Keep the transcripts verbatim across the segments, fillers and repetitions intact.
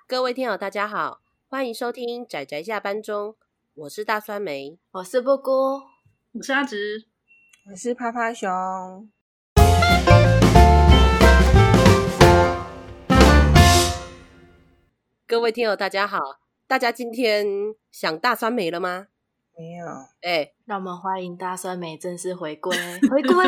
各位听友大家好，欢迎收听宅宅下班中，我是大酸梅， 我是布姑， 我是阿直， 我是趴趴熊。 各位听友大家好，大家今天想大酸梅了吗？ 没有。 哎、欸， 让我们欢迎大酸梅正式回归，回归！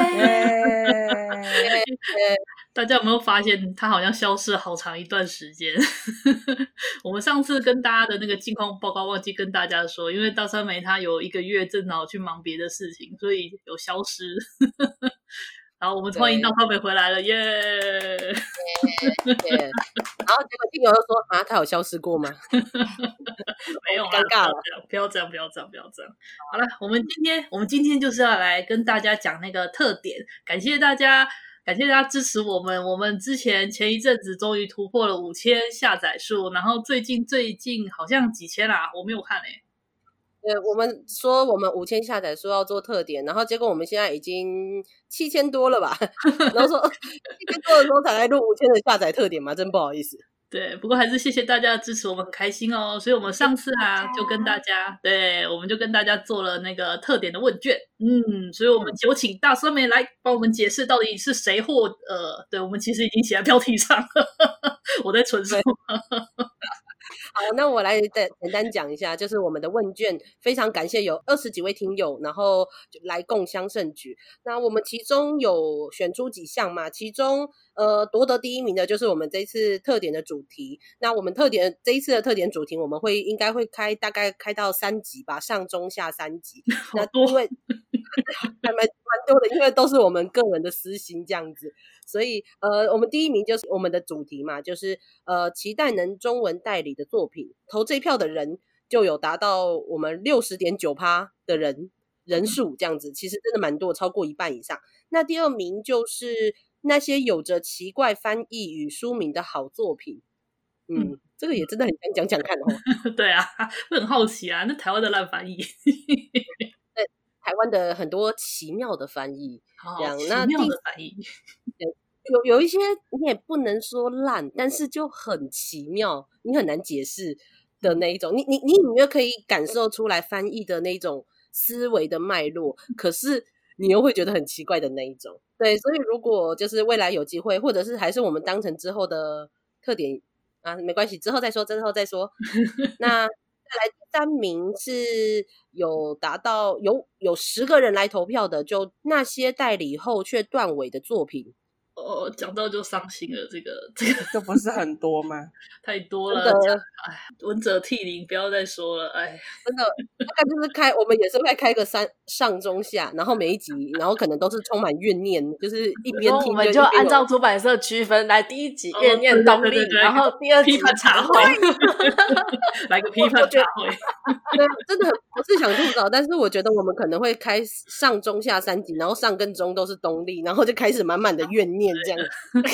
大家有没有发现他好像消失了好长一段时间？我们上次跟大家的那个近况报告忘记跟大家说，因为大酸梅他有一个月正好去忙别的事情，所以有消失。然后我们欢迎大酸梅回来了，耶！ yeah! yeah, yeah. 然后结果听友又说啊，他有消失过吗？ 没有啦， 尴尬了， 不要这样，不要这样，不要这样。好了，我们今天我们今天就是要来跟大家讲那个特点，感谢大家。感谢大家支持我们，我们之前前一阵子终于突破了五千下载数，然后最近最近好像几千啦，我没有看诶、欸。 对，我们说我们五千下载数要做特点，然后结果我们现在已经七千多了吧？然后说七千多的时候才来录五千的下载特点嘛，真不好意思。 对，不过还是谢谢大家的支持，我们很开心哦。所以我们上次啊，就跟大家，对，我们就跟大家做了那个特点的问卷，嗯，所以我们有请大酸梅来帮我们解释到底是谁或呃，对，我们其实已经写在标题上了，我在纯说。 好，那我来简单讲一下，就是我们的问卷，非常感谢有二十几位听友，然后来共襄盛举。那我们其中有选出几项嘛，其中呃夺得第一名的就是我们这一次特点的主题。那我们特点这一次的特点主题，我们会应该会开大概开到三集吧，上中下三集。那因为还蛮蛮多的，因为都是我们个人的私心这样子。所以呃，我们第一名就是我们的主题嘛，就是呃，期待能中文代理的作品，投这一票的人就有达到我们 六十点九趴 的人人数这样子，其实真的蛮多，超过一半以上。那第二名就是那些有着奇怪翻译与书名的好作品。嗯，嗯这个也真的很想讲讲看哦。 对啊，会很好奇啊，那台湾的烂翻译。 对，台湾的很多奇妙的翻译， 这样、哦、奇妙的翻译。 有有一些你也不能说烂，但是就很奇妙，你很难解释的那一种。你你你隐约可以感受出来翻译的那种思维的脉络，可是你又会觉得很奇怪的那一种。对，所以如果就是未来有机会，或者是还是我们当成之后的特点啊，没关系，之后再说，之后再说。那再来第三名是有达到有有十个人来投票的，就那些代理后却断尾的作品。 哦，讲到就伤心了，这个这个这不是很多吗？ 太多了，哎，文者涕零，不要再说了，哎， 真的，大概就是开，我们也是会开个三上中下，然后每一集，然后可能都是充满怨念，就是一边听我们就按照出版社区分，来第一集怨念动力，然后第二集批判茶会，来个批判茶会， 对，真的很不是想吐槽，但是我觉得我们可能会开上中下三集，然后上跟中都是动力，然后就开始满满的怨念。这样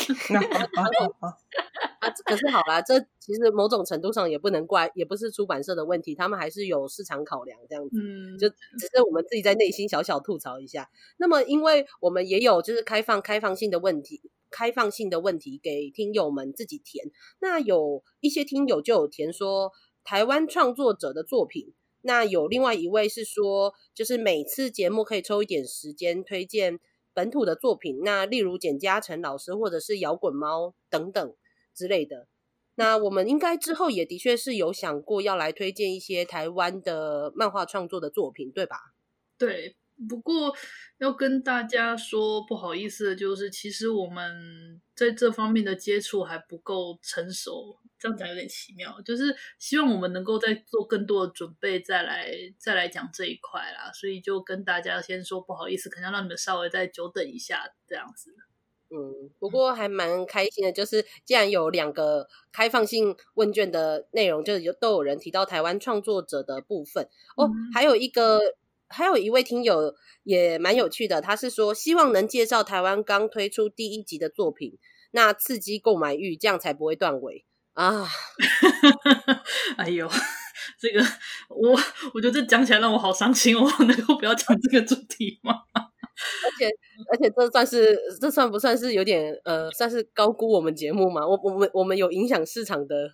啊，可是好啦，这其实某种程度上也不能怪，也不是出版社的问题，他们还是有市场考量这样子，嗯，就只是我们自己在内心小小吐槽一下。那么因为我们也有就是开放开放性的问题开放性的问题给听友们自己填，那有一些听友就有填说台湾创作者的作品，那有另外一位是说就是每次节目可以抽一点时间推荐本土的作品，那例如简嘉诚老师或者是摇滚猫等等之类的。那我们应该之后也的确是有想过要来推荐一些台湾的漫画创作的作品，对吧？ 对，不过要跟大家说不好意思的就是其实我们在这方面的接触还不够成熟，这样讲有点奇妙，就是希望我们能够再做更多的准备再来再来讲这一块啦，所以就跟大家先说不好意思，可能要让你们稍微再久等一下这样子。 嗯，不过还蛮开心的，就是既然有两个开放性问卷的内容，就是有都有人提到台湾创作者的部分哦，嗯、还有一个还有一位听友也蛮有趣的，他是说希望能介绍台湾刚推出第一集的作品，那刺激购买欲，这样才不会断尾啊！ 哎呦，这个我我觉得这讲起来让我好伤心哦，能够不要讲这个主题吗？ 而且而且这算是这算不算是有点呃，算是高估我们节目吗？我我们我们有影响市场的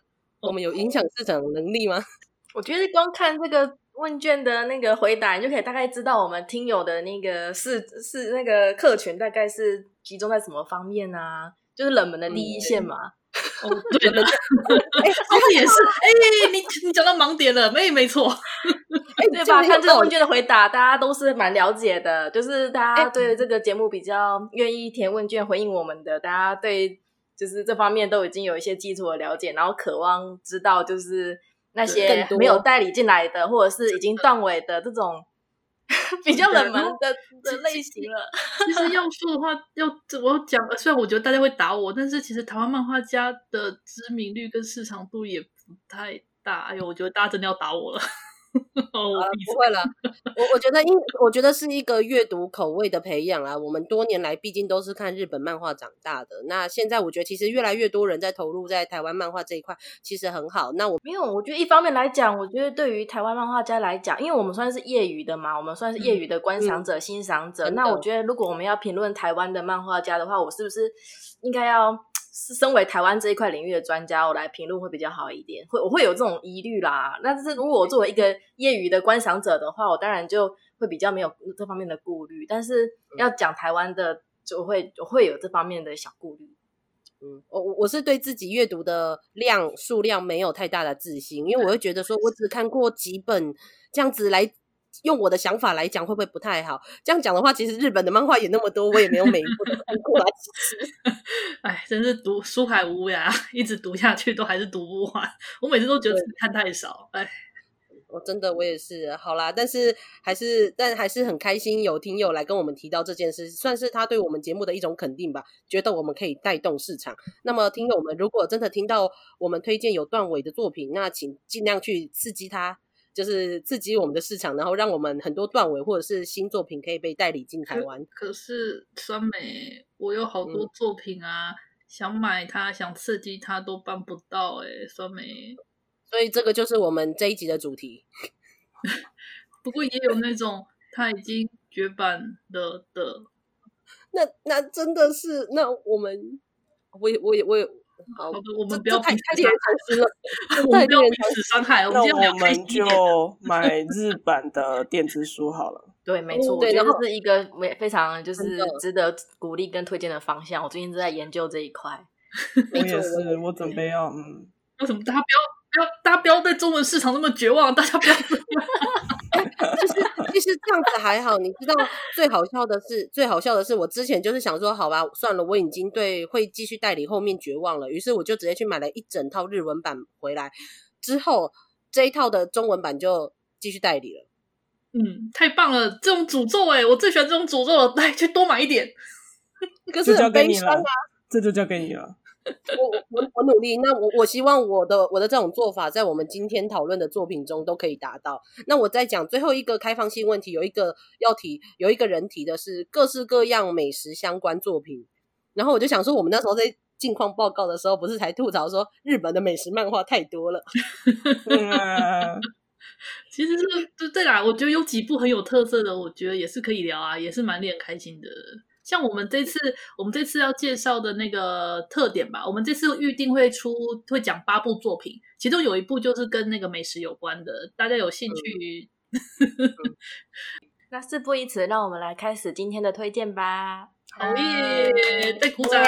我们有影响市场能力吗？ 我觉得光看这个问卷的那个回答，你就可以大概知道我们听友的那个是是那个客群大概是集中在什么方面啊？就是冷门的第一线嘛。 嗯、哦，对了，哎，这也是，哎，你你讲到盲点了，没没错， 哎，对吧？看这个问卷的回答，大家都是蛮了解的，就是大家对这个节目比较愿意填问卷回应我们的，大家对就是这方面都已经有一些基础的了解，然后渴望知道就是那些没有代理进来的，或者是已经断尾的这种比较冷门的的类型了。 其实要说的话，要我要讲，虽然我觉得大家会打我，但是其实台湾漫画家的知名率跟市场度也不太大。哎呦，我觉得大家真的要打我了。 哦、啊，不会啦，我我觉得因我觉得是一个阅读口味的培养啊。我们多年来毕竟都是看日本漫画长大的，那现在我觉得其实越来越多人在投入在台湾漫画这一块，其实很好。那我没有，我觉得一方面来讲，我觉得对于台湾漫画家来讲，因为我们算是业余的嘛，我们算是业余的观赏者、嗯、欣赏者。那我觉得如果我们要评论台湾的漫画家的话，我是不是应该要是身为台湾这一块领域的专家，我来评论会比较好一点，会我会有这种疑虑啦。但是如果我作为一个业余的观赏者的话，我当然就会比较没有这方面的顾虑。但是要讲台湾的，就会我会有这方面的小顾虑。 嗯，我我是对自己阅读的量数量没有太大的自信，因为我会觉得说我只看过几本，这样子来用我的想法来讲会不会不太好？这样讲的话，其实日本的漫画也那么多，我也没有每一部都看过啦。其实， 哎，真是读书海无涯，一直读下去都还是读不完。我每次都觉得看太少，哎。 我真的我也是，好啦，但是还是但还是很开心有听友来跟我们提到这件事，算是他对我们节目的一种肯定吧，觉得我们可以带动市场。那么听友们如果真的听到我们推荐有断尾的作品，那请尽量去刺激它，就是刺激我们的市场，然后让我们很多断尾或者是新作品可以被代理进台湾。 可, 可是酸梅我有好多作品啊、嗯、想买它想刺激它都办不到耶、欸、酸梅， 所以这个就是我们这一集的主题。 不过也有那种它已经绝版了的， 那那真的是，那我们我也我也我也好的，我们不要太太令人伤心了， 我们不要彼此伤害。 那我们就买日版的电子书好了。 对，没错，我觉得这是一个非常就是值得鼓励跟推荐的方向。我最近正在研究这一块。 我也是，我准备要嗯。 为什么大家不要不要大家不要对中文市场那么绝望？大家不要这样。 其实其实这样子还好，你知道最好笑的是最好笑的是我之前就是想说好吧算了，我已经对会继续代理后面绝望了，于是我就直接去买了一整套日文版回来，之后这一套的中文版就继续代理了。 嗯，太棒了，这种诅咒哎、欸，我最喜欢这种诅咒了，来去多买一点。 可是很悲伤啊， 这就交给你了。 我我我努力，那我我希望我的我的这种做法在我们今天讨论的作品中都可以达到。那我再讲最后一个开放性问题，有一个要提，有一个人提的是各式各样美食相关作品，然后我就想说，我们那时候在近况报告的时候，不是才吐槽说日本的美食漫画太多了。 嗯、 其实是对啦，我觉得有几部很有特色的，我觉得也是可以聊啊，也是蛮令人开心的。像我们这次我们这次要介绍的那个特点吧，我们这次预定会出会讲八部作品，其中有一部就是跟那个美食有关的，大家有兴趣、 嗯、 那事不宜迟，让我们来开始今天的推荐吧。 好耶，再鼓掌。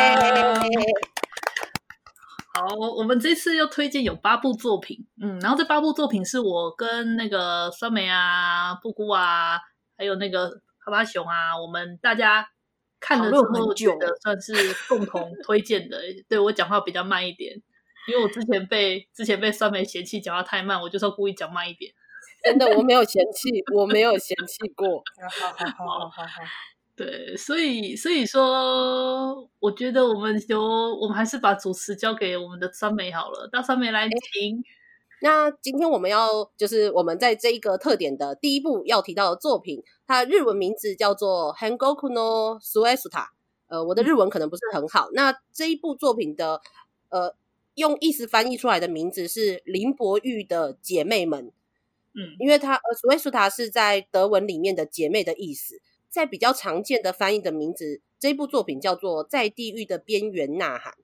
好，我们这次要推荐有八部作品，嗯，然后这八部作品是我跟那个酸梅啊、布姑啊，还有那个趴趴熊啊，我们大家看了之后觉得算是共同推荐的。对，我讲话比较慢一点，因为我之前被之前被酸梅嫌弃讲话太慢，我就是要故意讲慢一点。 真的，我没有嫌弃，我没有嫌弃过。 好好好好好好。 对，所以所以说，我觉得我们就我们还是把主持交给我们的酸梅好了，大酸梅来请。 那今天我们要就是我们在这一个特点的第一部要提到的作品，它的日文名字叫做 Hengoku no Suesuta， 呃，我的日文可能不是很好。那这一部作品的呃用意思翻译出来的名字是林伯玉的姐妹们， 嗯， 因为它呃 Suesuta 是在德文里面的姐妹的意思。在比较常见的翻译的名字，这一部作品叫做在地狱的边缘呐喊。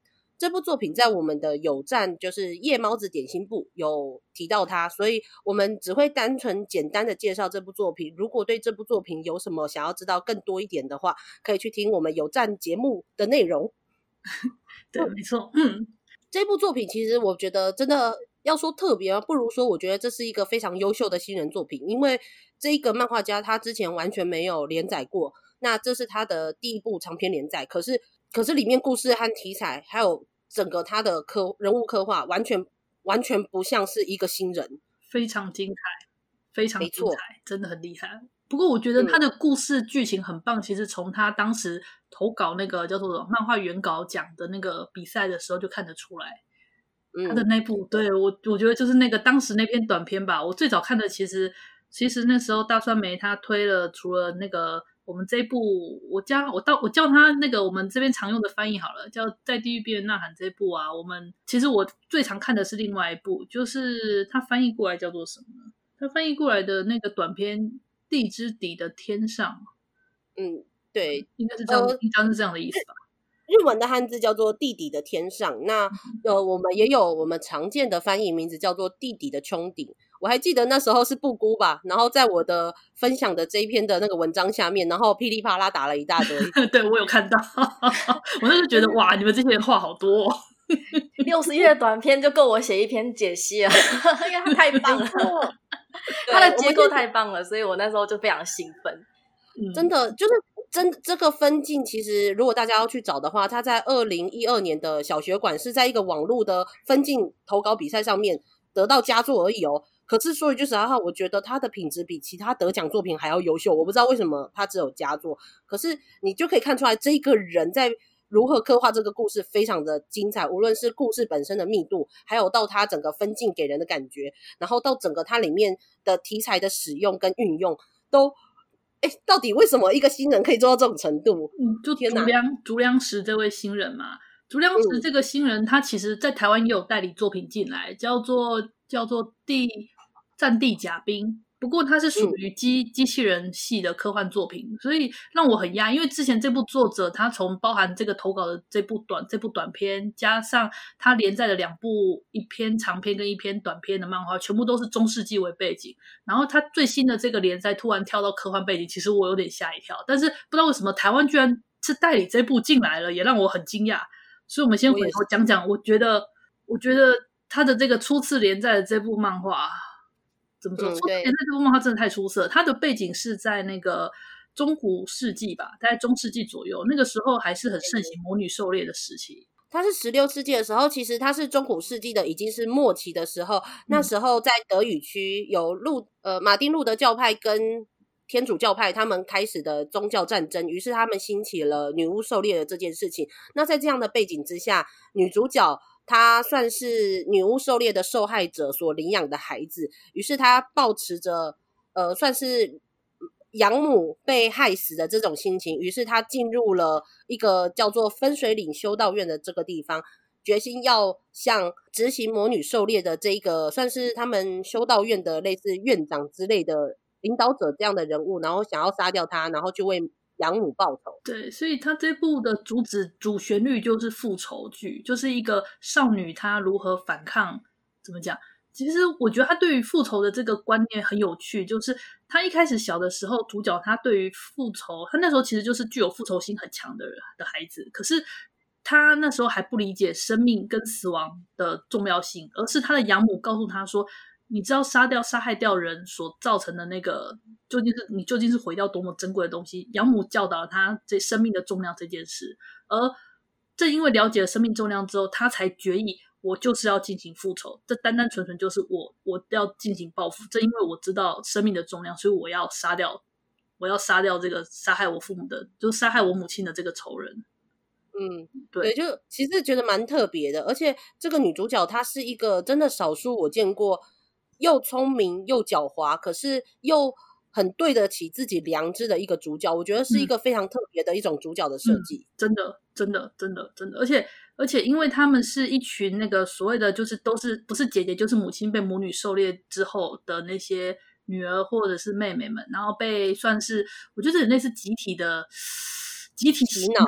这部作品在我们的有站就是夜猫子点心部有提到它，所以我们只会单纯简单的介绍这部作品。如果对这部作品有什么想要知道更多一点的话，可以去听我们有站节目的内容。 对，没错。嗯， 这部作品其实我觉得真的要说特别，不如说我觉得这是一个非常优秀的新人作品，因为这一个漫画家他之前完全没有连载过，那这是他的第一部长篇连载，可是可是里面故事和题材还有整个他的刻人物刻画完全完全不像是一个新人， 非常精彩，非常精彩，真的很厉害。不过我觉得他的故事剧情很棒，嗯、其实从他当时投稿那个叫做漫画原稿奖的那个比赛的时候就看得出来。嗯、他的那部对我我觉得就是那个当时那篇短片吧，我最早看的其实其实那时候大酸梅他推了除了那个我们这一部我叫我到我叫他那个我们这边常用的翻译好了，叫在地狱边缘呐喊这一部啊，我们其实我最常看的是另外一部，就是他翻译过来叫做什么呢？他翻译过来的那个短片地之底的天上， 嗯，对， 应该是这样、呃、应该是这样的意思吧。 日文的汉字叫做地底的天上，那呃，我们也有我们常见的翻译名字叫做地底的穹顶。我还记得那时候是布姑吧，然后在我的分享的这一篇的那个文章下面，然后噼里啪啦打了一大堆。 对，我有看到，我那时候觉得哇，你们这些人话好多、哦。 六十页短篇就够我写一篇解析了，因为它太棒了，它的结构太棒了，所以我那时候就非常兴奋。 嗯、真的就是真这个分镜，其实如果大家要去找的话，它在二零一二年的小学馆是在一个网络的分镜投稿比赛上面得到佳作而已哦。可是说一句实在话，我觉得它的品质比其他得奖作品还要优秀。我不知道为什么它只有佳作，可是你就可以看出来这个人在如何刻画这个故事非常的精彩，无论是故事本身的密度，还有到它整个分镜给人的感觉，然后到整个它里面的题材的使用跟运用都哎，到底为什么一个新人可以做到这种程度？ 嗯，就竹良竹良石这位新人嘛，竹良石这个新人，嗯、他其实在台湾也有代理作品进来，叫做叫做地战地甲兵。不过它是属于机、嗯、机器人系的科幻作品，所以让我很讶异，因为之前这部作者他从包含这个投稿的这部短这部短篇，加上他连载的两部一篇长篇跟一篇短篇的漫画，全部都是中世纪为背景，然后他最新的这个连载突然跳到科幻背景，其实我有点吓一跳，但是不知道为什么台湾居然是代理这部进来了，也让我很惊讶。所以我们先回头讲讲，我觉得我觉得他的这个初次连载的这部漫画怎么说？初次连载这部漫画真的太出色，它的背景是在那个中古世纪吧，大概中世纪左右，那个时候还是很盛行魔女狩猎的时期。 它是十六世纪的时候，其实它是中古世纪的已经是末期的时候，嗯、那时候在德语区有路呃马丁路德教派跟天主教派他们开始的宗教战争，于是他们兴起了女巫狩猎的这件事情。那在这样的背景之下，女主角她算是女巫狩猎的受害者所领养的孩子，于是她抱持着呃算是养母被害死的这种心情，于是她进入了一个叫做分水岭修道院的这个地方，决心要向执行魔女狩猎的这个算是他们修道院的类似院长之类的领导者这样的人物，然后想要杀掉他，然后去为养母报仇。 对，所以他这部的主旨主旋律就是复仇剧，就是一个少女她如何反抗，怎么讲？其实我觉得他对于复仇的这个观念很有趣，就是他一开始小的时候，主角他对于复仇，他那时候其实就是具有复仇心很强的的孩子，可是他那时候还不理解生命跟死亡的重要性，而是他的养母告诉他说，你知道杀掉杀害掉人所造成的那个究竟是你究竟是毁掉多么珍贵的东西，养母教导了他这生命的重量这件事，而正因为了解了生命重量之后，他才决议我就是要进行复仇，这单单纯纯就是我我要进行报复，正因为我知道生命的重量，所以我要杀掉我要杀掉这个杀害我父母的就是杀害我母亲的这个仇人。 嗯，对，就其实觉得蛮特别的，而且这个女主角她是一个真的少数我见过又聪明又狡猾，可是又很对得起自己良知的一个主角，我觉得是一个非常特别的一种主角的设计、 嗯、真的真的真的真的，而且而且因为他们是一群那个所谓的就是都是不是姐姐就是母亲被母女狩猎之后的那些女儿或者是妹妹们，然后被算是我觉得有类似集体的集体洗脑，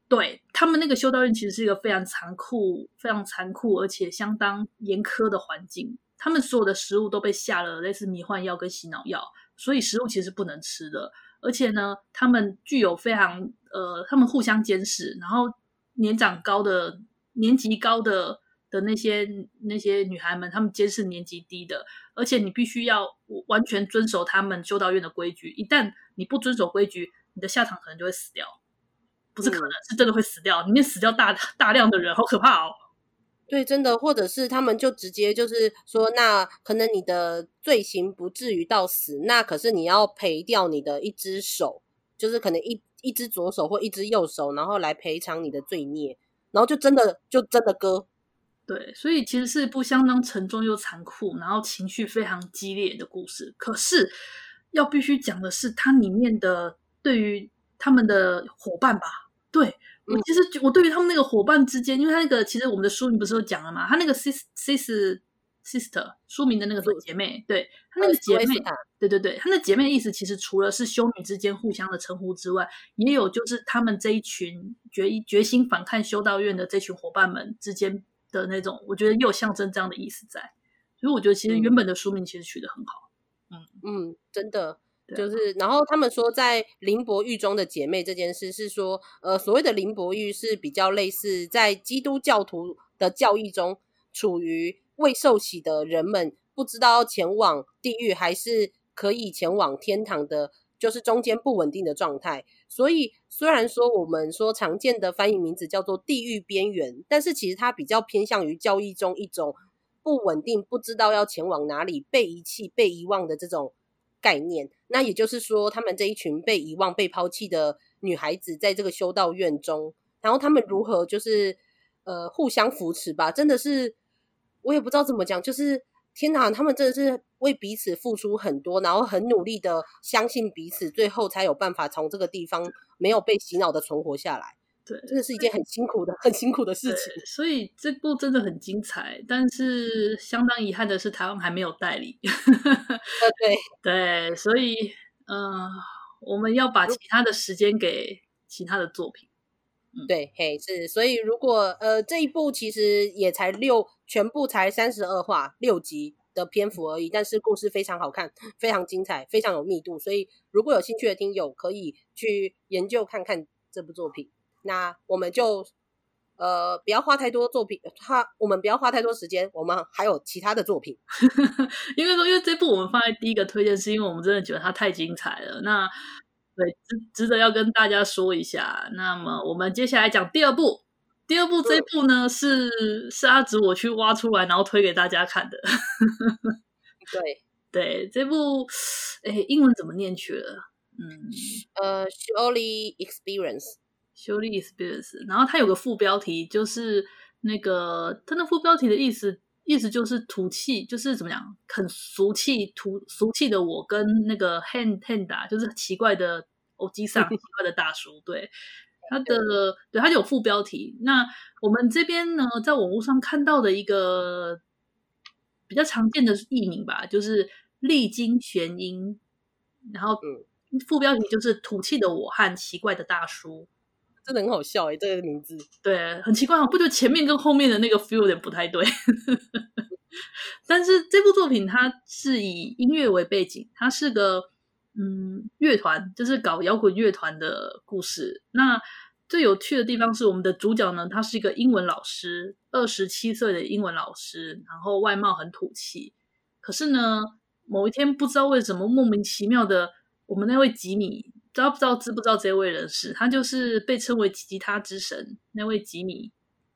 对，他们那个修道院其实是一个非常残酷、非常残酷而且相当严苛的环境。他们所有的食物都被下了类似迷幻药跟洗脑药，所以食物其实不能吃的。而且呢，他们具有非常呃，他们互相监视，然后年长高的、年级高的的那些那些女孩们，他们监视年级低的，而且你必须要完全遵守他们修道院的规矩。一旦你不遵守规矩，你的下场可能就会死掉。不是可能，是真的会死掉，里面死掉大大量的人，好可怕哦。 对，真的，或者是他们就直接就是说，那可能你的罪行不至于到死，那可是你要赔掉你的一只手，就是可能一一只左手或一只右手，然后来赔偿你的罪孽，然后就真的就真的割。 对，所以其实是一部相当沉重又残酷，然后情绪非常激烈的故事。可是要必须讲的是，它里面的对于他们的伙伴吧。对，我其实我对于他们那个伙伴之间，因为他那个其实我们的书名不是有讲了嘛，他那个 sis sis sister 书名的那个姐妹，对，他那个姐妹，对对对，他那姐妹的意思其实除了是修女之间互相的称呼之外，也有就是他们这一群决决心反抗修道院的这群伙伴们之间的那种，我觉得也有象征这样的意思在，所以我觉得其实原本的书名其实取得很好， 嗯嗯，真的。就是，然后他们说，在林伯狱中的姐妹这件事是说，呃，所谓的林伯狱是比较类似在基督教徒的教义中，处于未受洗的人们不知道要前往地狱还是可以前往天堂的，就是中间不稳定的状态。所以虽然说我们说常见的翻译名字叫做地狱边缘，但是其实它比较偏向于教义中一种不稳定，不知道要前往哪里，被遗弃、被遗忘的这种概念。那也就是说，他们这一群被遗忘、被抛弃的女孩子，在这个修道院中，然后他们如何就是呃互相扶持吧，真的是我也不知道怎么讲，就是天哪，他们真的是为彼此付出很多，然后很努力的相信彼此，最后才有办法从这个地方没有被洗脑的存活下来。对，真的是一件很辛苦的、很辛苦的事情。 所以这部真的很精彩，但是相当遗憾的是，台湾还没有代理。 呃，对对，所以呃，我们要把其他的时间给其他的作品。 嗯、对，嘿，是，所以如果呃这一部其实也才六，全部才三十二话，六集的篇幅而已，但是故事非常好看，非常精彩，非常有密度，所以如果有兴趣的听友可以去研究看看这部作品。那我们就呃不要花太多作品，他我们不要花太多时间，我们还有其他的作品。 因为说，因为这部我们放在第一个推荐，是因为我们真的觉得它太精彩了。那对值值得要跟大家说一下。那么我们接下来讲第二部，第二部这部呢、嗯、是是阿紫我去挖出来，然后推给大家看的。 对对，这部诶英文怎么念去了？嗯， 呃 ，Surely Experience。 Surely Experience， 然后它有个副标题，就是那个它的副标题的意思，意思就是土气，就是怎么讲，很俗气、土俗气的我跟那个 hand hand 就是奇怪的欧基桑，奇怪的大叔。对，它的对它有副标题。那我们这边呢，在网络上看到的一个比较常见的译名吧，就是历经玄音，然后副标题就是土气的我和奇怪的大叔。 真的很好笑耶，这个名字。 对，很奇怪，我不觉得前面跟后面的那个 feel 有点不太对。但是这部作品它是以音乐为背景，它是个嗯乐团，就是搞摇滚乐团的故事。那最有趣的地方是，我们的主角呢，他是一个英文老师，二十七岁的英文老师，然后外貌很土气。可是呢，某一天不知道为什么莫名其妙的，我们那位吉米。不知道不知道知不知道这位人士，他就是被称为吉他之神那位吉米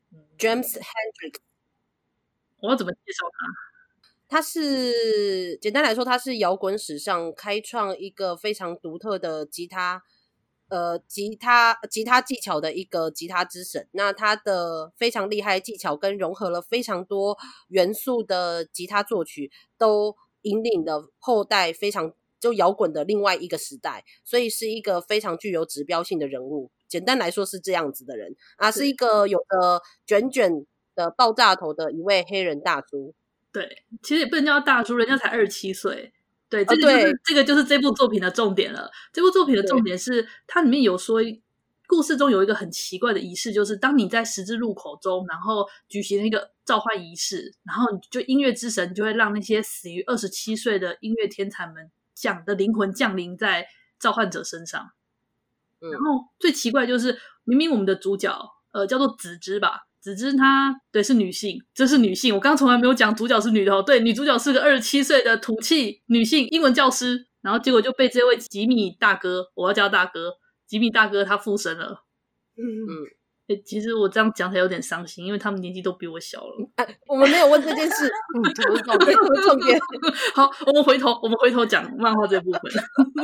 James Hendrix。 我要怎么介绍他？他是简单来说，他是摇滚史上开创一个非常独特的吉他呃吉他吉他技巧的一个吉他之神。那他的非常厉害技巧跟融合了非常多元素的吉他作曲，都引领了后代非常就摇滚的另外一个时代，所以是一个非常具有指标性的人物。简单来说是这样子的人啊，是一个有着卷卷的爆炸头的一位黑人大叔。 对，其实也不能叫他大叔，人家才二十七岁。对，这个就是、哦、这个就是这部作品的重点了。这部作品的重点是它里面有说故事中有一个很奇怪的仪式，就是当你在十字路口中，然后举行一个召唤仪式，然后就音乐之神就会让那些死于二十七岁的音乐天才们降的灵魂降临在召唤者身上。嗯、然后最奇怪就是明明我们的主角呃叫做子之吧，子之她对是女性，这是女性，我刚刚从来没有讲主角是女的哦，对，女主角是个二十七岁的土气女性英文教师，然后结果就被这位吉米大哥，我要叫大哥，吉米大哥他附身了。嗯嗯，其实我这样讲起来有点伤心，因为他们年纪都比我小了。 啊、我们没有问这件事，嗯，这不是重点，这不是重点。 好，我们回头，我们回头讲漫画这部分。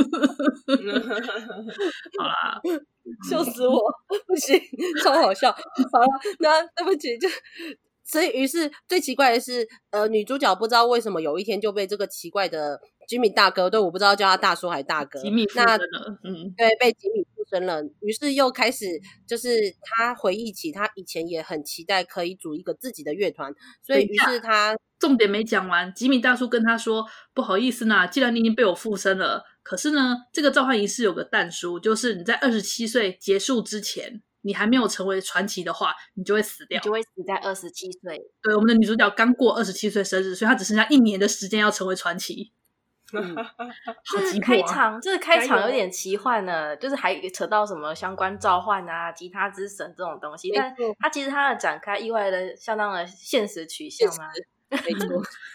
好啦， 笑死我，不行，超好笑。好了，那对不起，就所以于是最奇怪的是，呃，女主角不知道为什么有一天就被这个奇怪的吉米大哥，对，我不知道叫他大叔还是大哥， 吉米附身了，嗯， 对，被吉米附身了，于是又开始就是他回忆起他以前也很期待可以组一个自己的乐团，所以于是他重点没讲完，吉米大叔跟他说不好意思呢，既然你已经被我附身了，可是呢这个召唤仪式有个但书，就是你在二十七岁结束之前你还没有成为传奇的话，你就会死掉， 你就会死在二十七岁。 对，我们的女主角刚过二十七岁生日，所以她只剩下一年的时间要成为传奇。 嗯，好急迫啊！开场这个开场有点奇幻呢，就是还扯到什么相关召唤啊、吉他之神这种东西，但它其实它的展开意外的相当的现实取向嘛， 没错。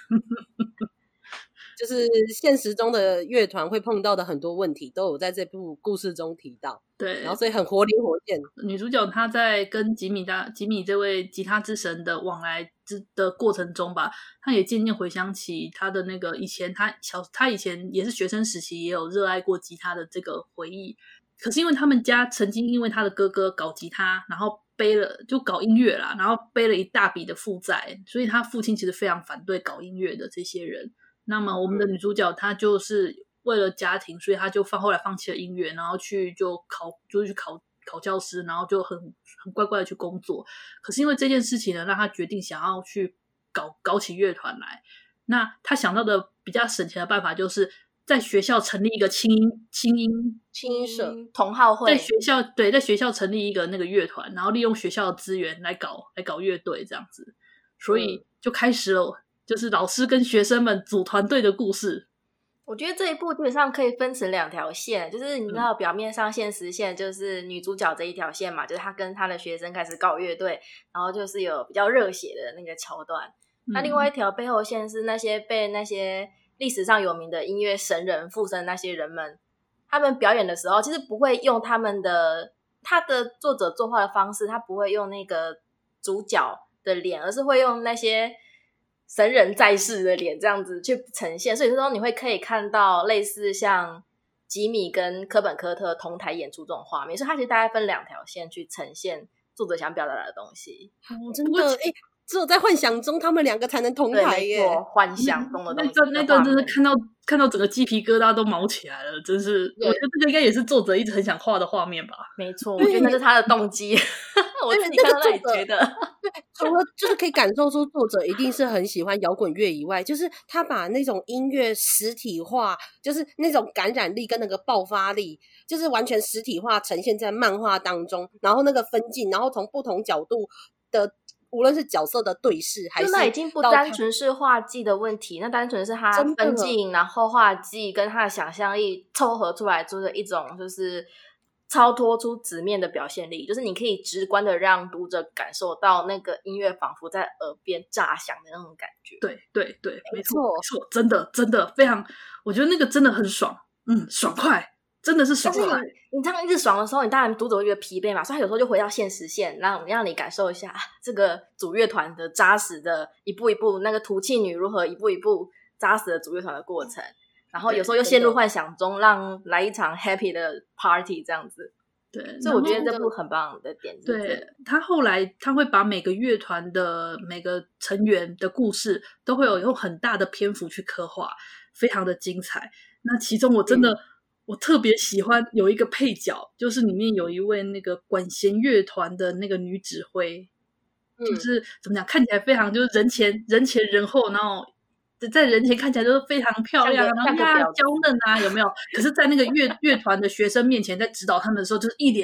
就是现实中的乐团会碰到的很多问题都有在这部故事中提到， 对， 然后所以很活灵活现。 女主角她在跟吉米大吉米这位吉他之神的往来之的过程中吧，她也渐渐回想起她的那个以前她小她以前也是学生时期也有热爱过吉他的这个回忆。可是因为他们家曾经因为他的哥哥搞吉他，然后背了就搞音乐啦，然后背了一大笔的负债，所以他父亲其实非常反对搞音乐的这些人。那么我们的女主角她就是为了家庭，所以她就放后来放弃了音乐，然后去就考就去考考教师，然后就很很乖乖的去工作。可是因为这件事情呢，让她决定想要去搞搞起乐团来。那她想到的比较省钱的办法，就是在学校成立一个轻音轻音轻音社同好会， 在学校对在学校成立一个那个乐团，然后利用学校的资源来搞来搞乐队这样子，所以就开始了。就是老师跟学生们组团队的故事。 我觉得这一部基本上可以分成两条线，就是你知道表面上现实线就是女主角这一条线嘛，就是她跟她的学生开始搞乐队，然后就是有比较热血的那个桥段、嗯、那另外一条背后线是那些被那些历史上有名的音乐神人附身那些人们，他们表演的时候其实不会用他们的他的作者作画的方式，他不会用那个主角的脸，而是会用那些神人在世的脸这样子去呈现，所以说你会可以看到类似像吉米跟科本科特同台演出这种画面，所以它其实大概分两条线去呈现作者想表达的东西。 哦、真的诶，只有在幻想中他们两个才能同台耶， 幻想中的东西。 那段真是看到看到整个鸡皮疙瘩都毛起来了，真是我觉得这个应该也是作者一直很想画的画面吧。 没错，我觉得那是他的动机。我自己看到那里觉得， 对，除了就是可以感受出作者一定是很喜欢摇滚乐以外，就是他把那种音乐实体化，就是那种感染力跟那个爆发力，就是完全实体化呈现在漫画当中，然后那个分镜，然后从不同角度的无论是角色的对视还是就那已经不单纯是画技的问题，那单纯是他分镜然后画技跟他的想象力凑合出来做的一种就是超脱出纸面的表现力，就是你可以直观的让读者感受到那个音乐仿佛在耳边炸响的那种感觉。 对对对，没错没错，真的真的非常，我觉得那个真的很爽，嗯，爽快，真的是爽快。 但是你你这样一直爽的时候，你当然读者会觉得疲惫嘛，所以他有时候就回到现实线，让让你感受一下、啊、这个组乐团的扎实的一步一步，那个土气女如何一步一步扎实的组乐团的过程。然后有时候又陷入幻想中，让来一场 happy 的 party 这样子。 对， 所以我觉得这部很棒的点。 对，他后来他会把每个乐团的每个成员的故事都会有用很大的篇幅去刻画，非常的精彩。那其中我真的、嗯、我特别喜欢有一个配角，就是里面有一位那个管弦乐团的那个女指挥、嗯、就是怎么讲，看起来非常就是人前人前人后，然后在人前看起来都是非常漂亮，然后呀娇嫩啊，有没有？可是在那个乐乐团的学生面前，在指导他们的时候，就是一脸那种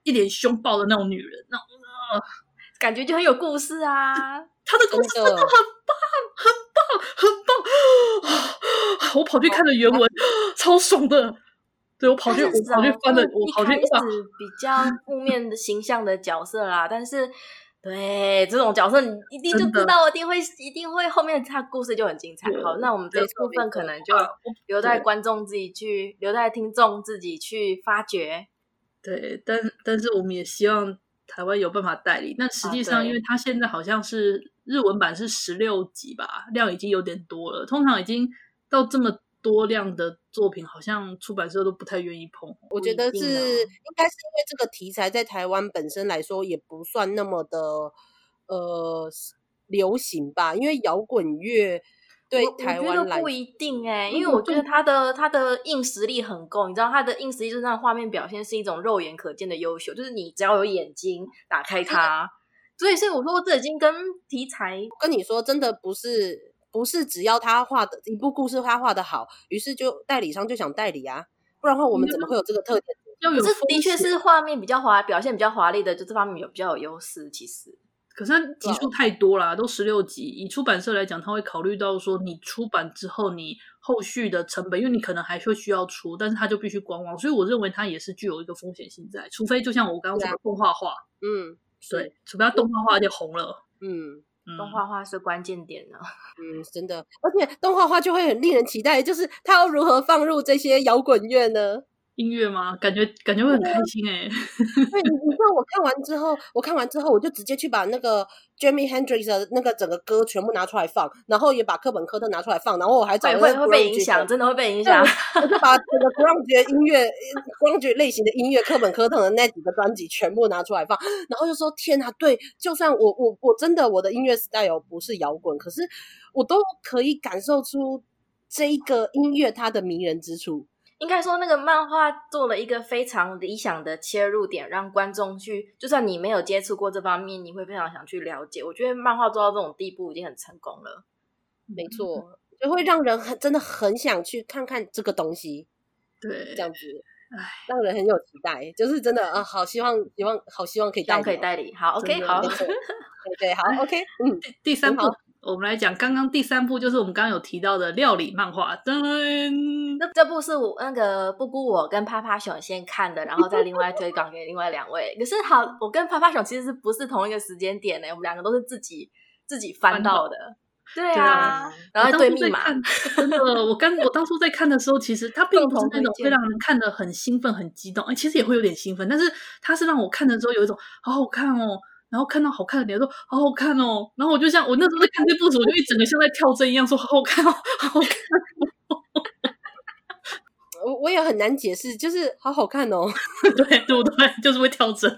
一脸凶暴的那种女人，那种、呃、 感觉就很有故事啊。 她的故事真的很棒，很棒，很棒！我跑去看了原文，超爽的。对，我跑去，我跑去翻了，我跑去。 一开始比较负面的形象的角色啦，但是对这种角色，你一定就知道，一定会，一定会后面他故事就很精彩。好，那我们这部分可能就留待观众自己去，留待听众自己去发掘。 对，但但是我们也希望台湾有办法代理。那实际上，因为他现在好像是日文版是十六集吧，量已经有点多了，通常已经到这么多量的作品，好像出版社都不太愿意碰。 我觉得是应该是因为这个题材在台湾本身来说也不算那么的呃流行吧，因为摇滚乐对台湾来说我觉得不一定哎、欸，因为我觉得他的他的硬实力很够，你知道他的硬实力就是那画面表现是一种肉眼可见的优秀，就是你只要有眼睛打开它，所以所以我说这已经跟题材跟你说真的不是。不是只要他画的一部故事他画的好，于是就代理商就想代理啊，不然的话我们怎么会有这个特点？ 要有这的确是画面比较华，表现比较华丽的，就这方面有比较有优势。其实， 可是它集数太多啦，都十六集。以出版社来讲，他会考虑到说，你出版之后，你后续的成本，因为你可能还会需要出，但是他就必须观望，所以我认为它也是具有一个风险性在。除非就像我刚刚说的动画化， 嗯， 对，除非它动画化就红了， 嗯。 动画化是关键点呢， 嗯，真的，而且动画化就会很令人期待，就是它要如何放入这些摇滚乐呢？ 音乐吗？感觉感觉会很开心哎、欸。 对，你你知道我看完之后，我看完之后，我就直接去把那个 Jimi Hendrix 的那个整个歌全部拿出来放，然后也把课本科特拿出来放，然后我还找会会被影响，真的会被影响。 我就把整个 grunge 音乐、grunge 类型的音乐课本科特的那几个专辑全部拿出来放，然后就说天啊，对，就算我我我真的我的音乐 style 不是摇滚，可是我都可以感受出这一个音乐它的迷人之处。 应该说那个漫画做了一个非常理想的切入点，让观众去，就算你没有接触过这方面，你会非常想去了解。我觉得漫画做到这种地步已经很成功了。 没错，就会让人很真的很想去看看这个东西。 对， 这样子让人很有期待，就是真的啊，好希望希望好希望可以代理、哦、 可以代理。好 OK 好对对好 OK 嗯， 第第三部我们来讲，刚刚第三部就是我们刚刚有提到的料理漫画。 那这部是我那个布谷我跟趴趴熊先看的，然后再另外推广给另外两位。可是好，我跟趴趴熊其实是不是同一个时间点呢？我们两个都是自己自己翻到的。对啊, 对啊然后对密码。 真的，我刚我当初在看的时候，其实它并不是那种会让人看得很兴奋、很激动，哎，其实也会有点兴奋，但是它是让我看的时候有一种好好看哦。然后看到好看的脸说好好看哦，然后我就像我那时候在看这部时，我就一整个像在跳针一样说好好看哦，好好看哦。 我我也很难解释，就是好好看哦， 对对不对？就是会跳针。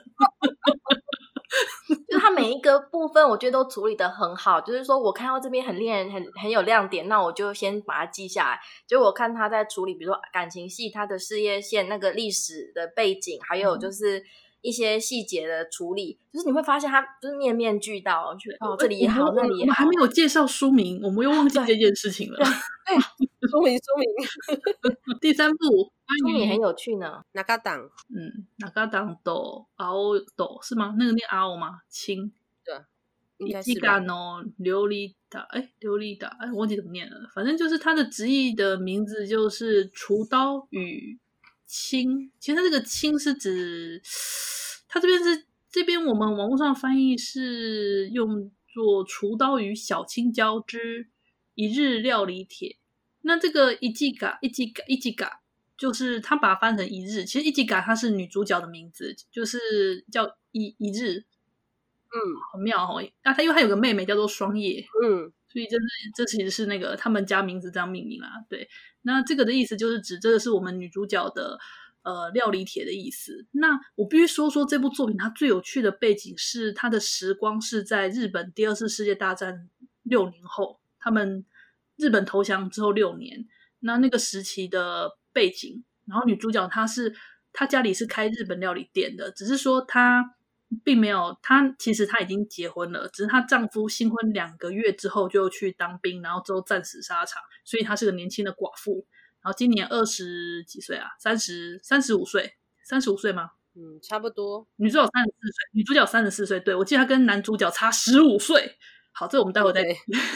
就它每一个部分，我觉得都处理得很好。就是说我看到这边很令人很很有亮点，那我就先把它记下来。结果我看他在处理，比如说感情戏、他的事业线、那个历史的背景，还有就是。嗯一些细节的处理，就是你会发现它就是面面俱到，哦，这里也好，那里也好。 我们还没有介绍书名，我们又忘记这件事情了。 对，书名书名。 第三部书名很有趣呢。 哪个档？ 嗯，哪个档斗熬斗是吗？那个念熬吗？青对，应该是吧。 干哦，琉璃达，哎，琉璃达，哎，我忘记怎么念了。反正就是它的直译的名字就是厨刀与。青，其实它这个青是指，它这边是这边我们网络上翻译是用作厨刀与小青椒之一日料理帖。那这个一季嘎一季嘎一季嘎，就是他把它翻成一日，其实一季嘎它是女主角的名字，就是叫一一日， 嗯， 好妙哦。那他因为他有个妹妹叫做双叶， 嗯。 所以这是这其实是那个他们家名字这样命名啦，对。那这个的意思就是指这个是我们女主角的呃料理帖的意思。那我必须说说这部作品它最有趣的背景是它的时光是在日本第二次世界大战六年后，他们日本投降之后六年，那那个时期的背景。然后女主角她是她家里是开日本料理店的，只是说她。并没有，她其实她已经结婚了，只是她丈夫新婚两个月之后就去当兵，然后之后战死沙场，所以她是个年轻的寡妇。然后今年二十几岁啊，三十三十五岁，三十五岁吗？ 嗯，差不多。 女主角三十四岁，女主角三十四岁，对，我记得她跟男主角差十五岁。好，这我们待会再。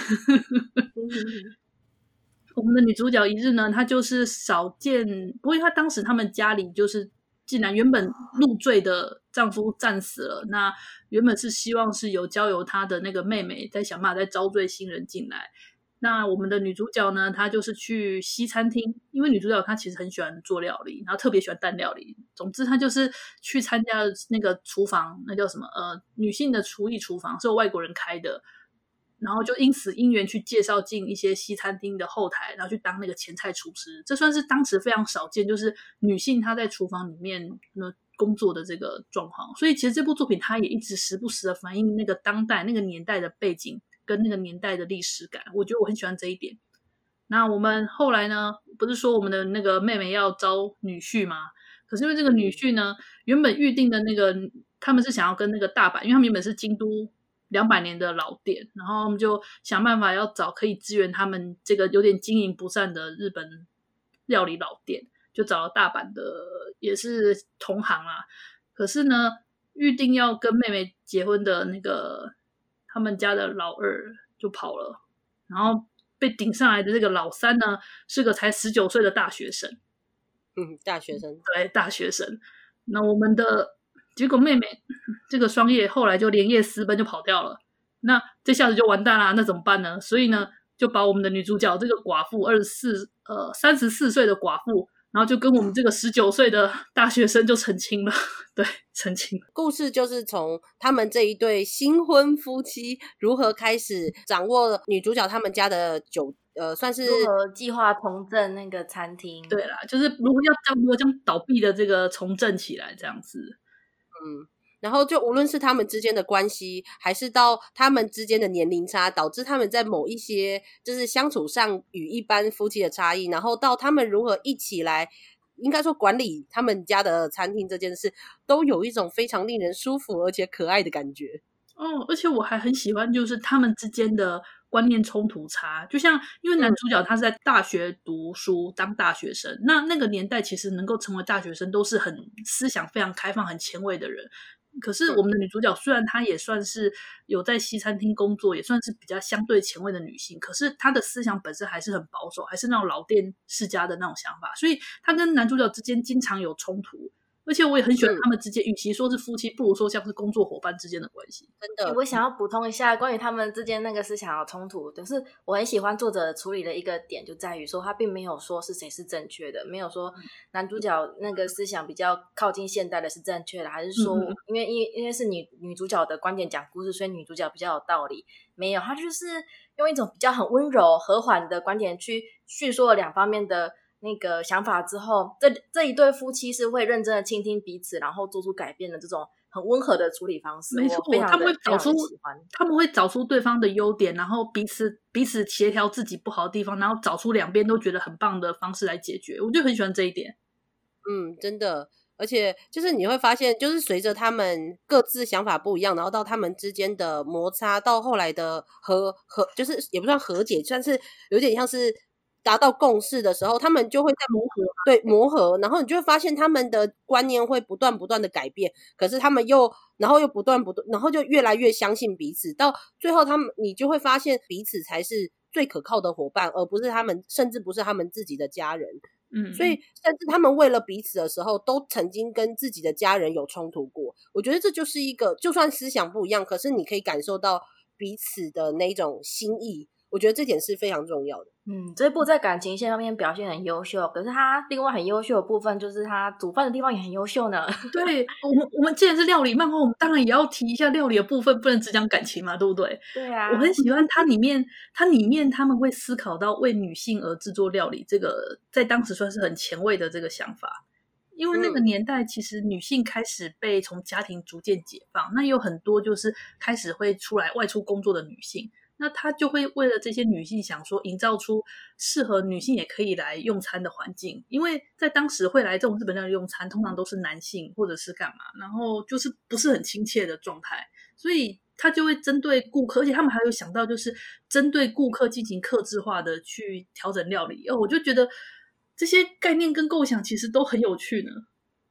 我们的女主角一日呢，她就是少见，不过因为她当时他们家里就是既然原本入赘的丈夫战死了，那原本是希望是有交由她的那个妹妹在想办法再招赘新人进来。那我们的女主角呢，她就是去西餐厅，因为女主角她其实很喜欢做料理，然后特别喜欢蛋料理。总之，她就是去参加那个厨房，那叫什么？呃，女性的厨艺厨房是由外国人开的，然后就因此因缘去介绍进一些西餐厅的后台，然后去当那个前菜厨师。这算是当时非常少见，就是女性她在厨房里面呢工作的这个状况。所以其实这部作品它也一直时不时的反映那个当代那个年代的背景跟那个年代的历史感，我觉得我很喜欢这一点。那我们后来呢，不是说我们的那个妹妹要招女婿吗？可是因为这个女婿呢，原本预定的那个他们是想要跟那个大阪，因为他们原本是京都两百年的老店，然后他们就想办法要找可以支援他们这个有点经营不善的日本料理老店，就找了大阪的也是同行啦。可是呢，预定要跟妹妹结婚的那个他们家的老二就跑了，然后被顶上来的这个老三呢，是个才十九岁的大学生。 嗯，大学生。 对，大学生。那我们的结果妹妹这个双叶后来就连夜私奔就跑掉了，那这下子就完蛋啦，那怎么办呢？所以呢，就把我们的女主角这个寡妇二十四呃三十四岁的寡妇，然后就跟我们这个十九岁的大学生就成亲了。对，成亲。 故事就是从他们这一对新婚夫妻如何开始掌握女主角他们家的酒呃，算是如何计划重振那个餐厅。 对啦，就是如果要将如何将倒闭的这个重振起来这样子。 嗯，然后就无论是他们之间的关系，还是到他们之间的年龄差，导致他们在某一些就是相处上与一般夫妻的差异，然后到他们如何一起来应该说管理他们家的餐厅这件事，都有一种非常令人舒服而且可爱的感觉。 哦，而且我还很喜欢就是他们之间的观念冲突差，就像因为男主角他是在大学读书、嗯、当大学生，那那个年代其实能够成为大学生都是很思想非常开放、很前卫的人。可是我们的女主角虽然她也算是有在西餐厅工作，也算是比较相对前卫的女性，可是她的思想本身还是很保守，还是那种老店世家的那种想法，所以她跟男主角之间经常有冲突。而且我也很喜欢他们之间、嗯、与其说是夫妻，不如说像是工作伙伴之间的关系。 真的， 我想要补充一下关于他们之间那个思想的冲突，就是我很喜欢作者处理的一个点，就在于说他并没有说是谁是正确的，没有说男主角那个思想比较靠近现代的是正确的，还是说嗯因为因为因为是女女主角的观点讲故事，所以女主角比较有道理。没有，他就是用一种比较很温柔和缓的观点去叙述了两方面的那个想法之后，这这一对夫妻是会认真的倾听彼此，然后做出改变的这种很温和的处理方式。 没错，他们会找出他们会找出对方的优点，然后彼此彼此协调自己不好的地方，然后找出两边都觉得很棒的方式来解决。我就很喜欢这一点。 嗯，真的。而且就是你会发现，就是随着他们各自想法不一样，然后到他们之间的摩擦，到后来的和和就是也不算和解，算是有点像是达到共识的时候，他们就会在磨合，对磨合，然后你就会发现他们的观念会不断不断的改变，可是他们又然后又不断不断，然后就越来越相信彼此，到最后他们你就会发现彼此才是最可靠的伙伴，而不是他们，甚至不是他们自己的家人。 嗯， 所以甚至他们为了彼此的时候，都曾经跟自己的家人有冲突过。我觉得这就是一个，就算思想不一样，可是你可以感受到彼此的那种心意。我觉得这点是非常重要的。 嗯，这部在感情线方面表现很优秀，可是他另外很优秀的部分就是他煮饭的地方也很优秀呢。 对，我们我们既然是料理漫画，我们当然也要提一下料理的部分，不能只讲感情嘛，对不对？ 对啊， 我很喜欢它里面，它里面他们会思考到为女性而制作料理，这个在当时算是很前卫的这个想法。因为那个年代其实女性开始被从家庭逐渐解放，那有很多就是开始会出来外出工作的女性，那他就会为了这些女性想说营造出适合女性也可以来用餐的环境，因为在当时会来这种日本料理用餐通常都是男性或者是干嘛，然后就是不是很亲切的状态，所以他就会针对顾客，而且他们还有想到就是针对顾客进行客制化的去调整料理。哦，我就觉得这些概念跟构想其实都很有趣呢。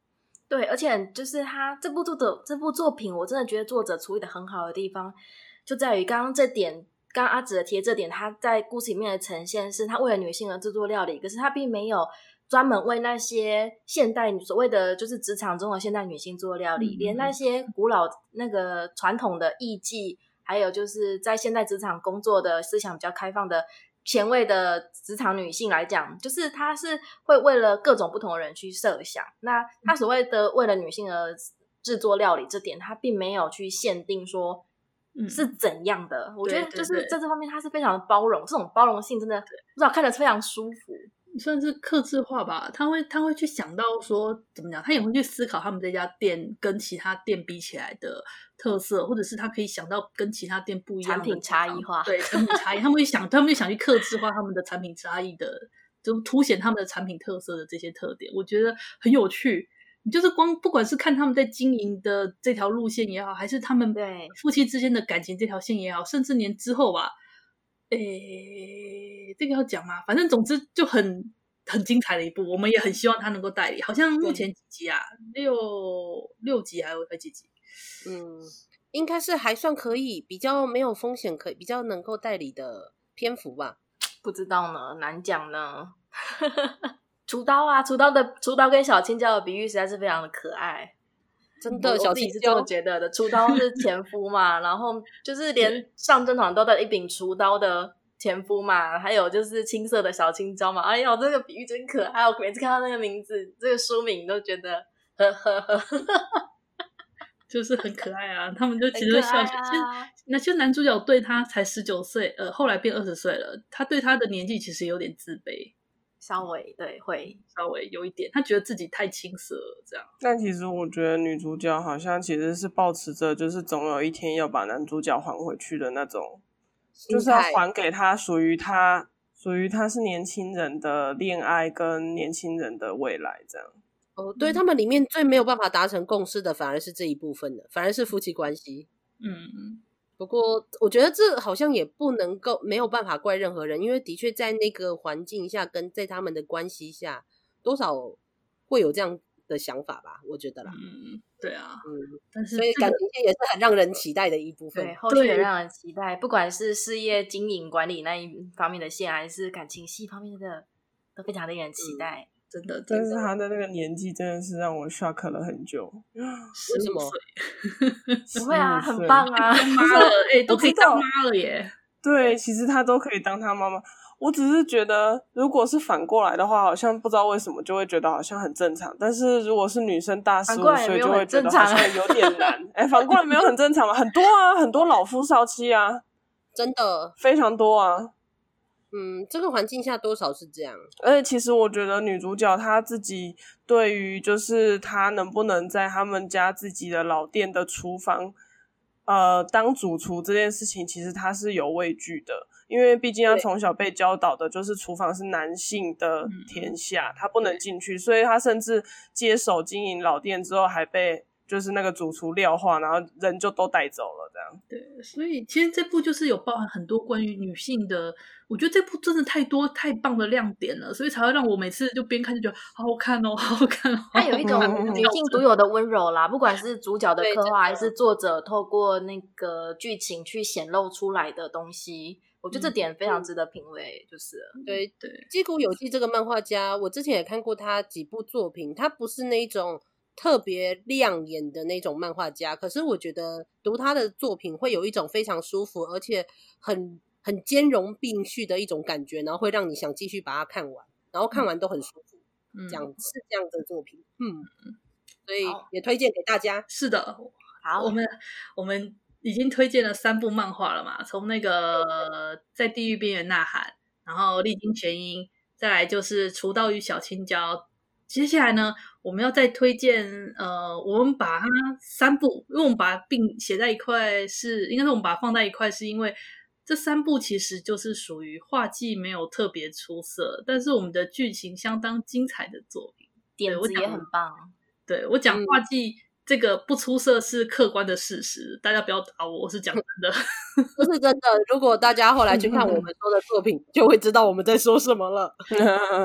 对，而且就是他这部作的这部作品，我真的觉得作者处理的很好的地方，就在于刚刚这点，刚刚阿紫的提的这点，他在故事里面的呈现是他为了女性而制作料理，可是他并没有专门为那些现代所谓的就是职场中的现代女性做料理，嗯、连那些古老那个传统的艺伎，还有就是在现代职场工作的思想比较开放的前卫的职场女性来讲，就是她是会为了各种不同的人去设想，那她所谓的为了女性而制作料理这点，她并没有去限定说是怎样的、嗯、我觉得就是在这方面她是非常的包容，这种包容性真的不知道看得非常舒服， 算是客制化吧，他会他会去想到说怎么讲，他也会去思考他们这家店跟其他店比起来的特色，或者是他可以想到跟其他店不一样的产品差异化， 对产品差异，他们会想，他们会想去客制化他们的产品差异的，就凸显他们的产品特色的这些特点，我觉得很有趣。你就是光不管是看他们在经营的这条路线也好，还是他们夫妻之间的感情这条线也好，甚至连之后吧。诶，这个要讲吗？反正总之就很很精彩的一部，我们也很希望他能够代理。好像目前几集啊，六六集还有几集？ 嗯，应该是还算可以，比较没有风险，可以比较能够代理的篇幅吧？ 不知道呢，难讲呢。厨刀啊，厨刀的厨刀跟小青椒的比喻实在是非常的可爱。 真的， 小青椒是这么觉得的。厨刀是前夫嘛，然后就是连上阵团都带一柄厨刀的前夫嘛，还有就是青色的小青椒嘛。哎呦，这个比喻真可爱！我每次看到那个名字、这个书名都觉得呵呵呵， 就是很可爱啊。他们就其实会笑，其实那些男主角对他才十九岁，呃，后来变二十岁了，他对他的年纪其实有点自卑。 稍微对会稍微有一点，他觉得自己太青涩了这样。 但其实我觉得女主角好像其实是抱持着就是总有一天要把男主角还回去的那种，就是要还给他属于他属于他是年轻人的恋爱跟年轻人的未来这样。 哦，对，他们里面最没有办法达成共识的反而是这一部分的，反而是夫妻关系。 嗯嗯。 不过我觉得这好像也不能够没有办法怪任何人，因为的确在那个环境下跟在他们的关系下多少会有这样的想法吧，我觉得啦。 嗯，对啊， 嗯， 但是、 所以感情线也是很让人期待的一部分。 对，后续也让人期待，不管是事业经营管理那一方面的线，还是感情戏方面的，都非常令人期待。 嗯真的， 但是他的那个年纪真的是让我 shock 了很久。 为什么？ 不会啊，很棒啊！ 当妈了，哎、欸，都可以当妈了耶。 对，其实他都可以当他妈妈。我只是觉得，如果是反过来的话，好像不知道为什么就会觉得好像很正常。但是如果是女生大十五岁，就会觉得好像有点难。哎、欸，反过来没有很正常吗？很多啊，很多老夫少妻啊， 真的非常多啊。 嗯，这个环境下多少是这样。 而且其实我觉得女主角她自己对于就是她能不能在他们家自己的老店的厨房呃当主厨这件事情，其实她是有畏惧的，因为毕竟她从小被教导的就是厨房是男性的天下，她不能进去，所以她甚至接手经营老店之后还被就是那个主厨撂话，然后人就都带走了这样。 对，所以其实这部就是有包含很多关于女性的，我觉得这部真的太多太棒的亮点了，所以才会让我每次就边看就觉得好好看哦，好好看哦。 它有一种女性独有的温柔啦，不管是主角的刻画，还是作者透过那个剧情去显露出来的东西，我觉得这点非常值得品味，就是了、 嗯、对对。矶谷有纪这个漫画家，我之前也看过他几部作品，他不是那种特别亮眼的那种漫画家，可是我觉得读他的作品会有一种非常舒服而且很很兼容并蓄的一种感觉，然后会让你想继续把它看完，然后看完都很舒服、嗯、这样是这样的作品。嗯，所以也推荐给大家。 是的， 好， 我们我们已经推荐了三部漫画了嘛，从那个在地狱边缘呐喊，然后历经全音，再来就是厨刀与小青椒。接下来呢，我们要再推荐，呃，我们把它三部，因为我们把它并写在一块是，应该是我们把它放在一块，是因为这三部其实就是属于画技没有特别出色，但是我们的剧情相当精彩的作品， 点子也很棒。 对，我讲画技、嗯、这个不出色是客观的事实，大家不要打我，我是讲真的， 这是真的。如果大家后来去看我们说的作品，就会知道我们在说什么了。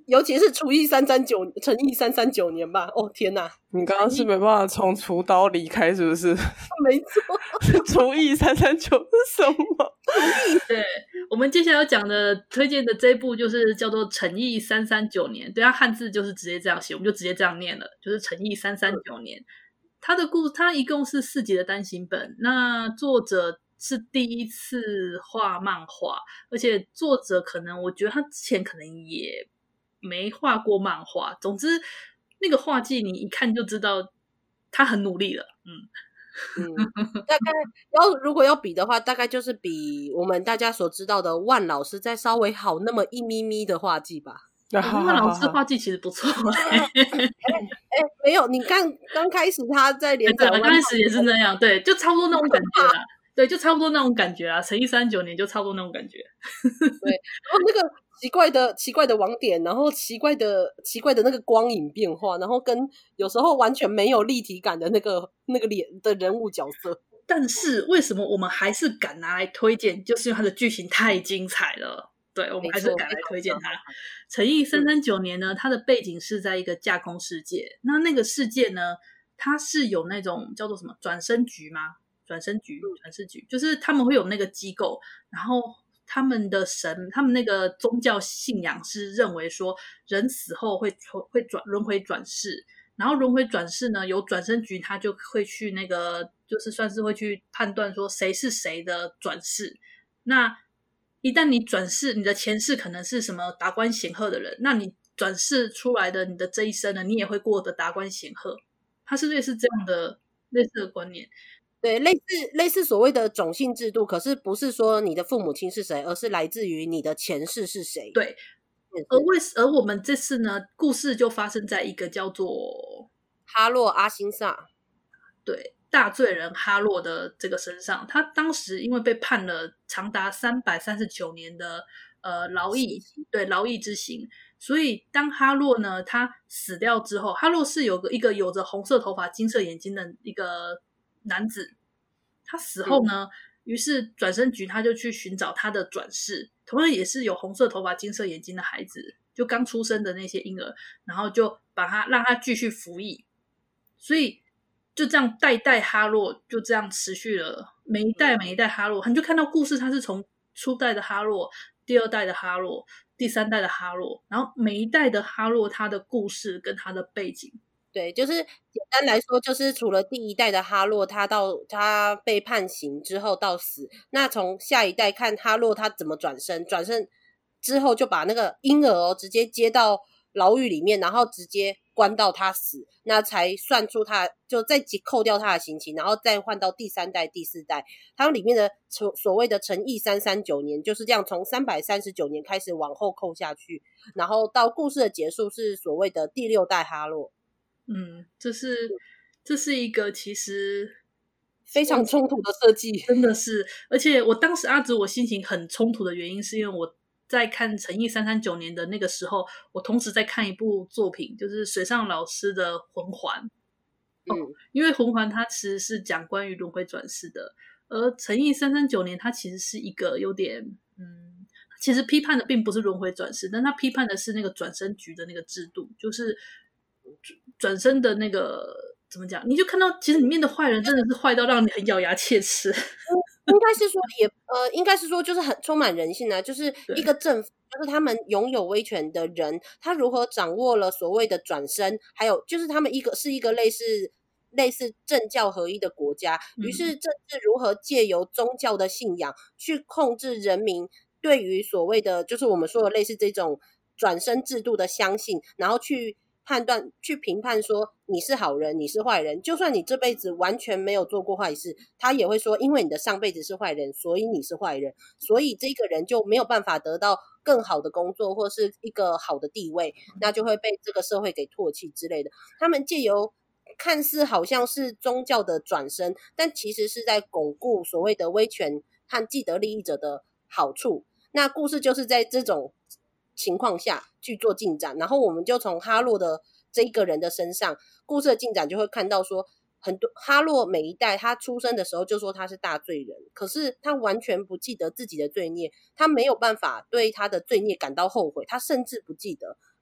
尤其是除以三三九乘以三三九年吧。哦天哪！ 你刚刚是没办法从厨刀离开，是不是？ 没错。 除以三三九是什么？ 对，我们接下来要讲的推荐的这一部就是叫做《诚意三三九年》，对，它汉字就是直接这样写，我们就直接这样念了，就是诚意三三九年。它的故它一共是四集的单行本，那作者是第一次画漫画，而且作者可能我觉得他之前可能也没画过漫画，总之那个画技你一看就知道他很努力了。嗯嗯，大概要如果要比的话，大概就是比我们大家所知道的万老师再稍微好那么一咪咪的画技吧。 万老师画技其实不错。哎、欸欸、没有，你刚刚开始他在连载， 刚开始也是那样，对，就差不多那种感觉啦。对，就差不多那种感觉啊，诚意三九年就差不多那种感觉。 对，然后那个奇怪的奇怪的网点，然后奇怪的奇怪的那个光影变化，然后跟有时候完全没有立体感的那个那个脸的人物角色。 但是为什么我们还是敢拿来推荐？就是因为它的剧情太精彩了。对，我们还是敢来推荐它。诚意三三九年呢，它的背景是在一个架空世界。那那个世界呢，它是有那种叫做什么转生局吗？转生局、转世局，就是他们会有那个机构，然后他们的神，他们那个宗教信仰是认为说，人死后会会转轮回转世，然后轮回转世呢，有转生局，他就会去那个，就是算是会去判断说谁是谁的转世。那一旦你转世，你的前世可能是什么达官显赫的人，那你转世出来的你的这一生呢，你也会过得达官显赫。它是类似这样的类似的观念。 对，类似类似所谓的种姓制度，可是不是说你的父母亲是谁，而是来自于你的前世是谁。 对，而为而我们这次呢，故事就发生在一个叫做哈洛阿辛萨， 对，大罪人哈洛的这个身上。他当时因为被判了长达三百三十九年的呃劳役，对劳役之刑。所以当哈洛呢他死掉之后，哈洛是有个一个有着红色头发、金色眼睛的一个男子。他死后呢，嗯、于是转生局他就去寻找他的转世，同样也是有红色头发、金色眼睛的孩子，就刚出生的那些婴儿，然后就把他让他继续服役。所以就这样代代哈洛就这样持续了，每一代每一代哈洛，你就看到故事它是从初代的哈洛、第二代的哈洛、第三代的哈洛，然后每一代的哈洛他的故事跟他的背景。 对，就是简单来说，就是除了第一代的哈洛他到他被判刑之后到死，那从下一代看哈洛他怎么转生，转生之后就把那个婴儿哦直接接到牢狱里面，然后直接关到他死，那才算出他就再扣掉他的刑期，然后再换到第三代第四代。他们里面的所谓的诚意三三九年就是这样从三百三十九年开始往后扣下去，然后到故事的结束是所谓的第六代哈洛。 嗯，这是这是一个其实非常冲突的设计， 真的是。而且我当时阿紫我心情很冲突的原因是因为我在看诚意三三九年的那个时候，我同时在看一部作品，就是水上老师的魂环。嗯、哦，因为魂环它其实是讲关于轮回转世的，而诚意三三九年它其实是一个有点嗯，其实批判的并不是轮回转世，但它批判的是那个转生局的那个制度，就是转生的那个怎么讲？你就看到其实里面的坏人真的是坏到让你很咬牙切齿。 应该是说也呃，应该是说就是很充满人性啊，就是一个政府，就是他们拥有威权的人，他如何掌握了所谓的转生，还有就是他们一个是一个类似类似政教合一的国家，于是政治如何借由宗教的信仰去控制人民对于所谓的就是我们说的类似这种转生制度的相信，然后去判断去评判说你是好人你是坏人，就算你这辈子完全没有做过坏事，他也会说因为你的上辈子是坏人所以你是坏人，所以这个人就没有办法得到更好的工作或是一个好的地位，那就会被这个社会给唾弃之类的。他们借由看似好像是宗教的转身，但其实是在巩固所谓的威权和既得利益者的好处。那故事就是在这种情况下去做进展，然后我们就从哈洛的这一个人的身上，故事的进展就会看到说，很多哈洛每一代他出生的时候就说他是大罪人，可是他完全不记得自己的罪孽，他没有办法对他的罪孽感到后悔，他甚至不记得。可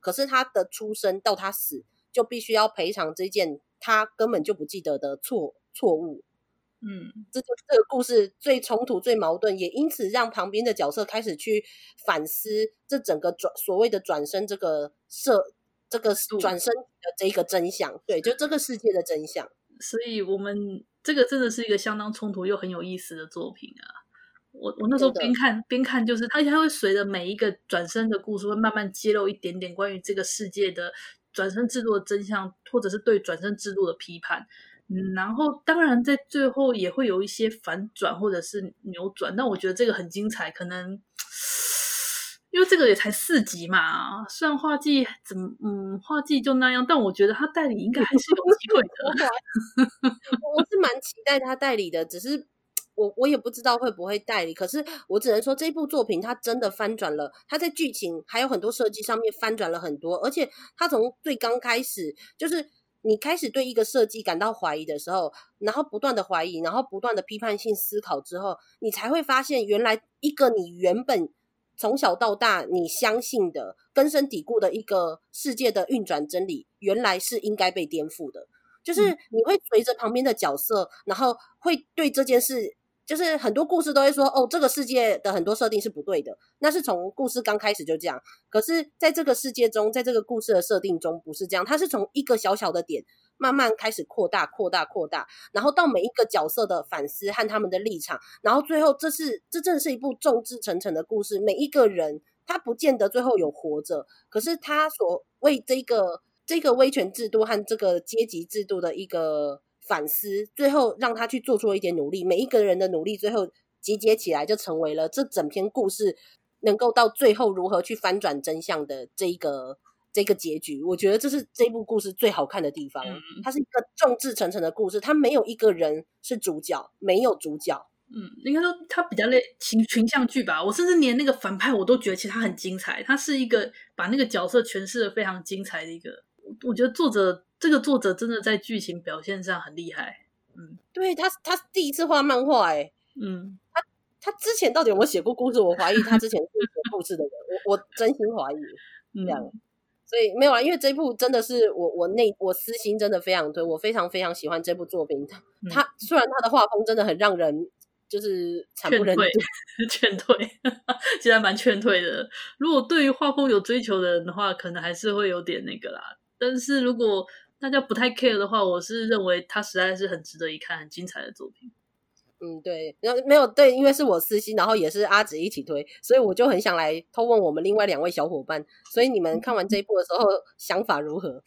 可是他的出生到他死就必须要赔偿这件他根本就不记得的错错误。 嗯， 这就是这个故事最冲突最矛盾，也因此让旁边的角色开始去反思这整个转所谓的转生这个设这个转生的这一个真相，对，就这个世界的真相。 所以我们这个真的是一个相当冲突又很有意思的作品啊。我我那时候边看边看，就是它它会随着每一个转生的故事会慢慢揭露一点点关于这个世界的转生制度的真相，或者是对转生制度的批判。嗯，然后当然在最后也会有一些反转或者是扭转，但我觉得这个很精彩，可能因为这个也才四集嘛，虽然画技怎么嗯画技就那样，但我觉得他代理应该还是有机会的。 我是蛮期待他代理的，只是我我也不知道会不会代理，可是我只能说这部作品它真的翻转了，它在剧情还有很多设计上面翻转了很多，而且它从最刚开始就是你开始对一个设计感到怀疑的时候，然后不断的怀疑，然后不断的批判性思考之后，你才会发现原来一个你原本从小到大你相信的根深蒂固的一个世界的运转真理，原来是应该被颠覆的。就是你会随着旁边的角色，然后会对这件事，就是很多故事都会说哦，这个世界的很多设定是不对的，那是从故事刚开始就这样。可是在这个世界中，在这个故事的设定中不是这样，它是从一个小小的点慢慢开始扩大扩大扩大，然后到每一个角色的反思和他们的立场，然后最后这是这真的是一部众志成城的故事。每一个人他不见得最后有活着，可是他所为这个这个威权制度和这个阶级制度的一个反思，最后让他去做出了一点努力，每一个人的努力最后集结起来，就成为了这整篇故事能够到最后如何去翻转真相的这一个这个结局。我觉得这是这部故事最好看的地方，嗯、它是一个众志成城的故事，它没有一个人是主角，没有主角。 嗯，应该说它比较类群群像剧吧。我甚至连那个反派我都觉得其实他很精彩，他是一个把那个角色诠释的非常精彩的一个。我觉得作者这个作者真的在剧情表现上很厉害。嗯， 对，他他第一次画漫画，哎， 嗯， 他他之前到底有没有写过故事？我怀疑他之前是写故事的人，我我真心怀疑这样。嗯，所以没有啦，因为这部真的是我我内我私心真的非常推，我非常非常喜欢这部作品。 嗯、 他虽然他的画风真的很让人就是惨不忍睹， 劝退，其实蛮劝退的。如果对于画风有追求的人的话，可能还是会有点那个啦。但是如果大家不太 care 的话，我是认为它实在是很值得一看、很精彩的作品。 嗯，对，然后没有对，因为是我私心，然后也是阿紫一起推，所以我就很想来偷问我们另外两位小伙伴，所以你们看完这一部的时候想法如何？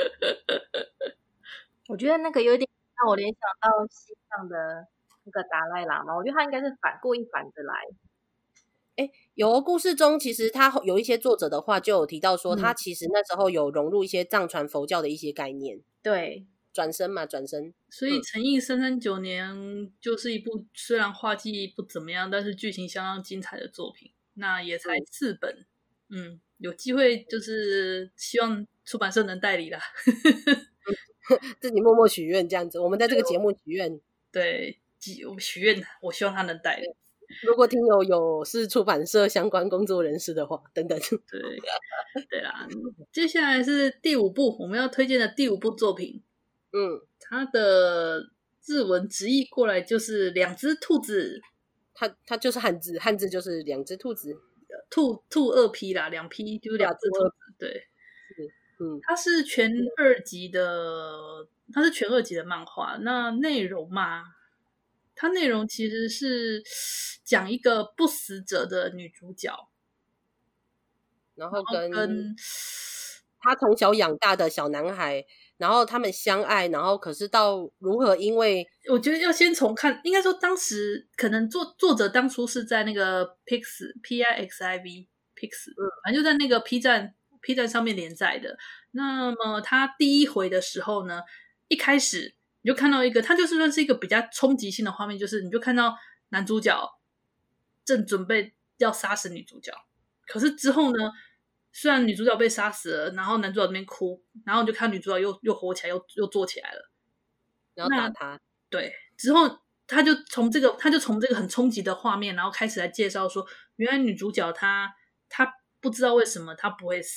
我觉得那个有点让我联想到西藏的那个达赖喇嘛，我觉得他应该是反故意反着来。 诶，有故事中其实他有一些作者的话就有提到说， 嗯、 他其实那时候有融入一些藏传佛教的一些概念。 对， 转身嘛，转身。 所以诚意三三九年就是一部虽然画技不怎么样，但是剧情相当精彩的作品。那也才四本，嗯, 嗯，有机会就是希望出版社能代理啦。 自己默默许愿这样子，我们在这个节目许愿。 对，我许愿，我希望他能代理。 如果听友有是出版社相关工作人士的话，等等。 对，对啦。接下来是第五部，我们要推荐的第五部作品。 嗯， 它的日文直译过来就是两只兔子。 它它就是汉字，汉字就是两只兔子。 兔兔二批啦，两批就是两只兔子。对， 嗯， 它是全二集的，它是全二集的漫画。那内容嘛，它内容其实是讲一个不死者的女主角， 然后跟跟他从小养大的小男孩，然后他们相爱，然后可是到如何，因为我觉得要先从看，应该说当时可能作作者当初是在那个 Pix P I X I V Pix， 反正就在那个 P 站 P 站上面连载的。那么他第一回的时候呢，一开始你就看到一个，他就是算是一个比较冲击性的画面，就是你就看到男主角正准备要杀死女主角，可是之后呢，虽然女主角被杀死了，然后男主角在那边哭，然后你就看女主角又又活起来，又又坐起来了， 然后打他。 对，之后他就从这个他就从这个很冲击的画面，然后开始来介绍说，原来女主角她她不知道为什么她不会死，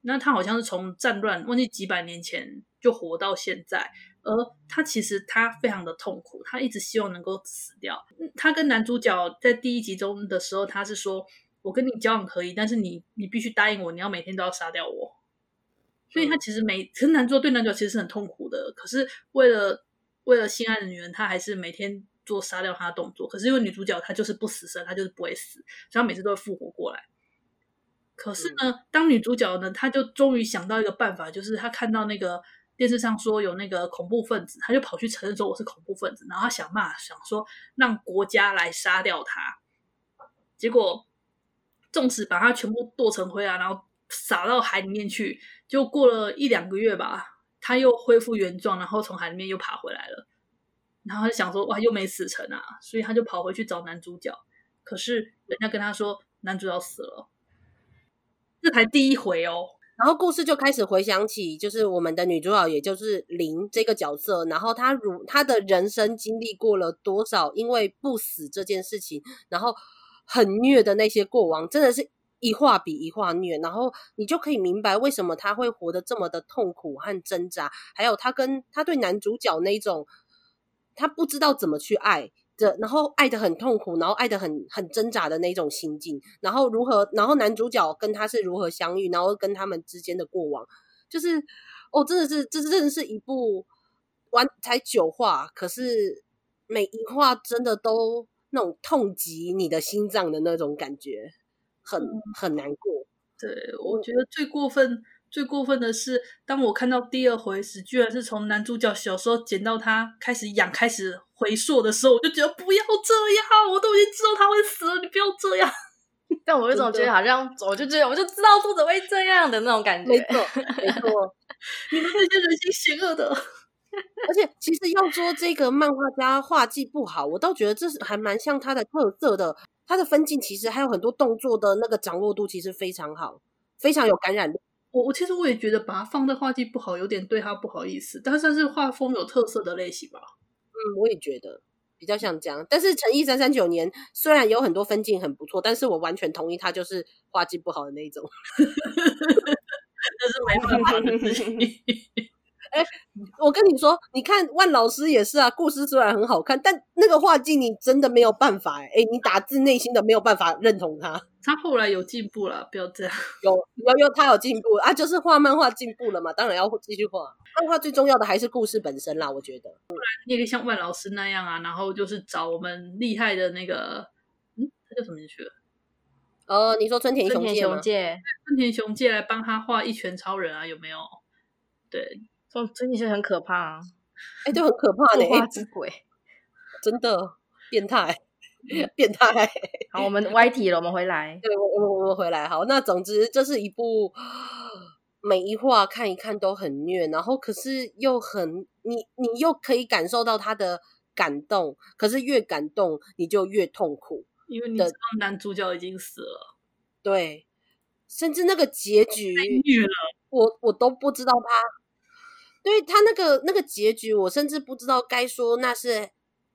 那他好像是从战乱忘记几百年前就活到现在，而他其实他非常的痛苦，他一直希望能够死掉。他跟男主角在第一集中的时候，他是说我跟你交往可以，但是你你必须答应我，你要每天都要杀掉我。所以他其实每，可是男主角对男主角其实是很痛苦的，可是为了为了心爱的女人，他还是每天做杀掉他的动作。可是因为女主角她就是不死身，她就是不会死，所以她每次都会复活过来。可是呢，当女主角呢，她就终于想到一个办法，就是她看到那个电视上说有那个恐怖分子，她就跑去承认说我是恐怖分子，然后她想办法想说让国家来杀掉他。结果纵使把他全部剁成灰啊，然后撒到海里面去，就过了一两个月吧，他又恢复原状，然后从海里面又爬回来了。然后他就想说哇，又没死成啊，所以他就跑回去找男主角。可是人家跟他说男主角死了，这才第一回哦。 然后故事就开始回想起，就是我们的女主角，也就是林这个角色，然后她如她的人生经历过了多少因为不死这件事情，然后很虐的那些过往，真的是一话比一话虐，然后你就可以明白为什么他会活得这么的痛苦和挣扎，还有他跟他对男主角那种他不知道怎么去爱的，然后爱得很痛苦，然后爱得很很挣扎的那种心境，然后如何，然后男主角跟他是如何相遇，然后跟他们之间的过往，就是哦，真的是这真的是一部完才九话，可是每一话真的都那种痛击你的心脏的那种感觉。很很难过。 对，我觉得最过分最过分的是，当我看到第二回时，居然是从男主角小时候捡到他开始养开始回溯的时候，我就觉得不要这样，我都已经知道他会死了，你不要这样。 但我有种觉得好像我就觉得我就知道作者会这样的那种感觉。 没错没错， 你们那些人心险恶的。 而且其实要说这个漫画家画技不好，我倒觉得这是还蛮像他的特色的，他的分镜其实还有很多动作的那个掌握度其实非常好，非常有感染力。 我我其实我也觉得把它放在画技不好有点对他不好意思，但是算是画风有特色的类型吧。 嗯，我也觉得比较像这样。但是诚意三三九年虽然有很多分镜很不错，但是我完全同意他就是画技不好的那一种。 这是没办法的事情。 哎，我跟你说，你看万老师也是啊，故事虽然很好看，但那个画技你真的没有办法哎、欸，你打自内心的没有办法认同他。 他后来有进步了，不要这样。 有有有，他有进步啊，就是画漫画进步了嘛，当然要继续画。漫画最重要的还是故事本身啦，我觉得。 不然你也可以像万老师那样啊，然后就是找我们厉害的那个，嗯，他叫什么名字去了？ 呃，你说春田雄介吗？ 春田雄介来帮他画一拳超人啊，有没有？对。 说春田雄介很可怕啊， 哎、欸，对，很可怕呢、欸， 作画之鬼， 真的变态，变态。 好，我们歪题了，我们回来。 对，我我我们回来。好，那总之这是一部每一话看一看都很虐，然后可是又很你你又可以感受到他的感动，可是越感动你就越痛苦， 因为你知道男主角已经死了。 对，甚至那个结局太虐了， 我我都不知道他。对他那个那个结局，我甚至不知道该说那是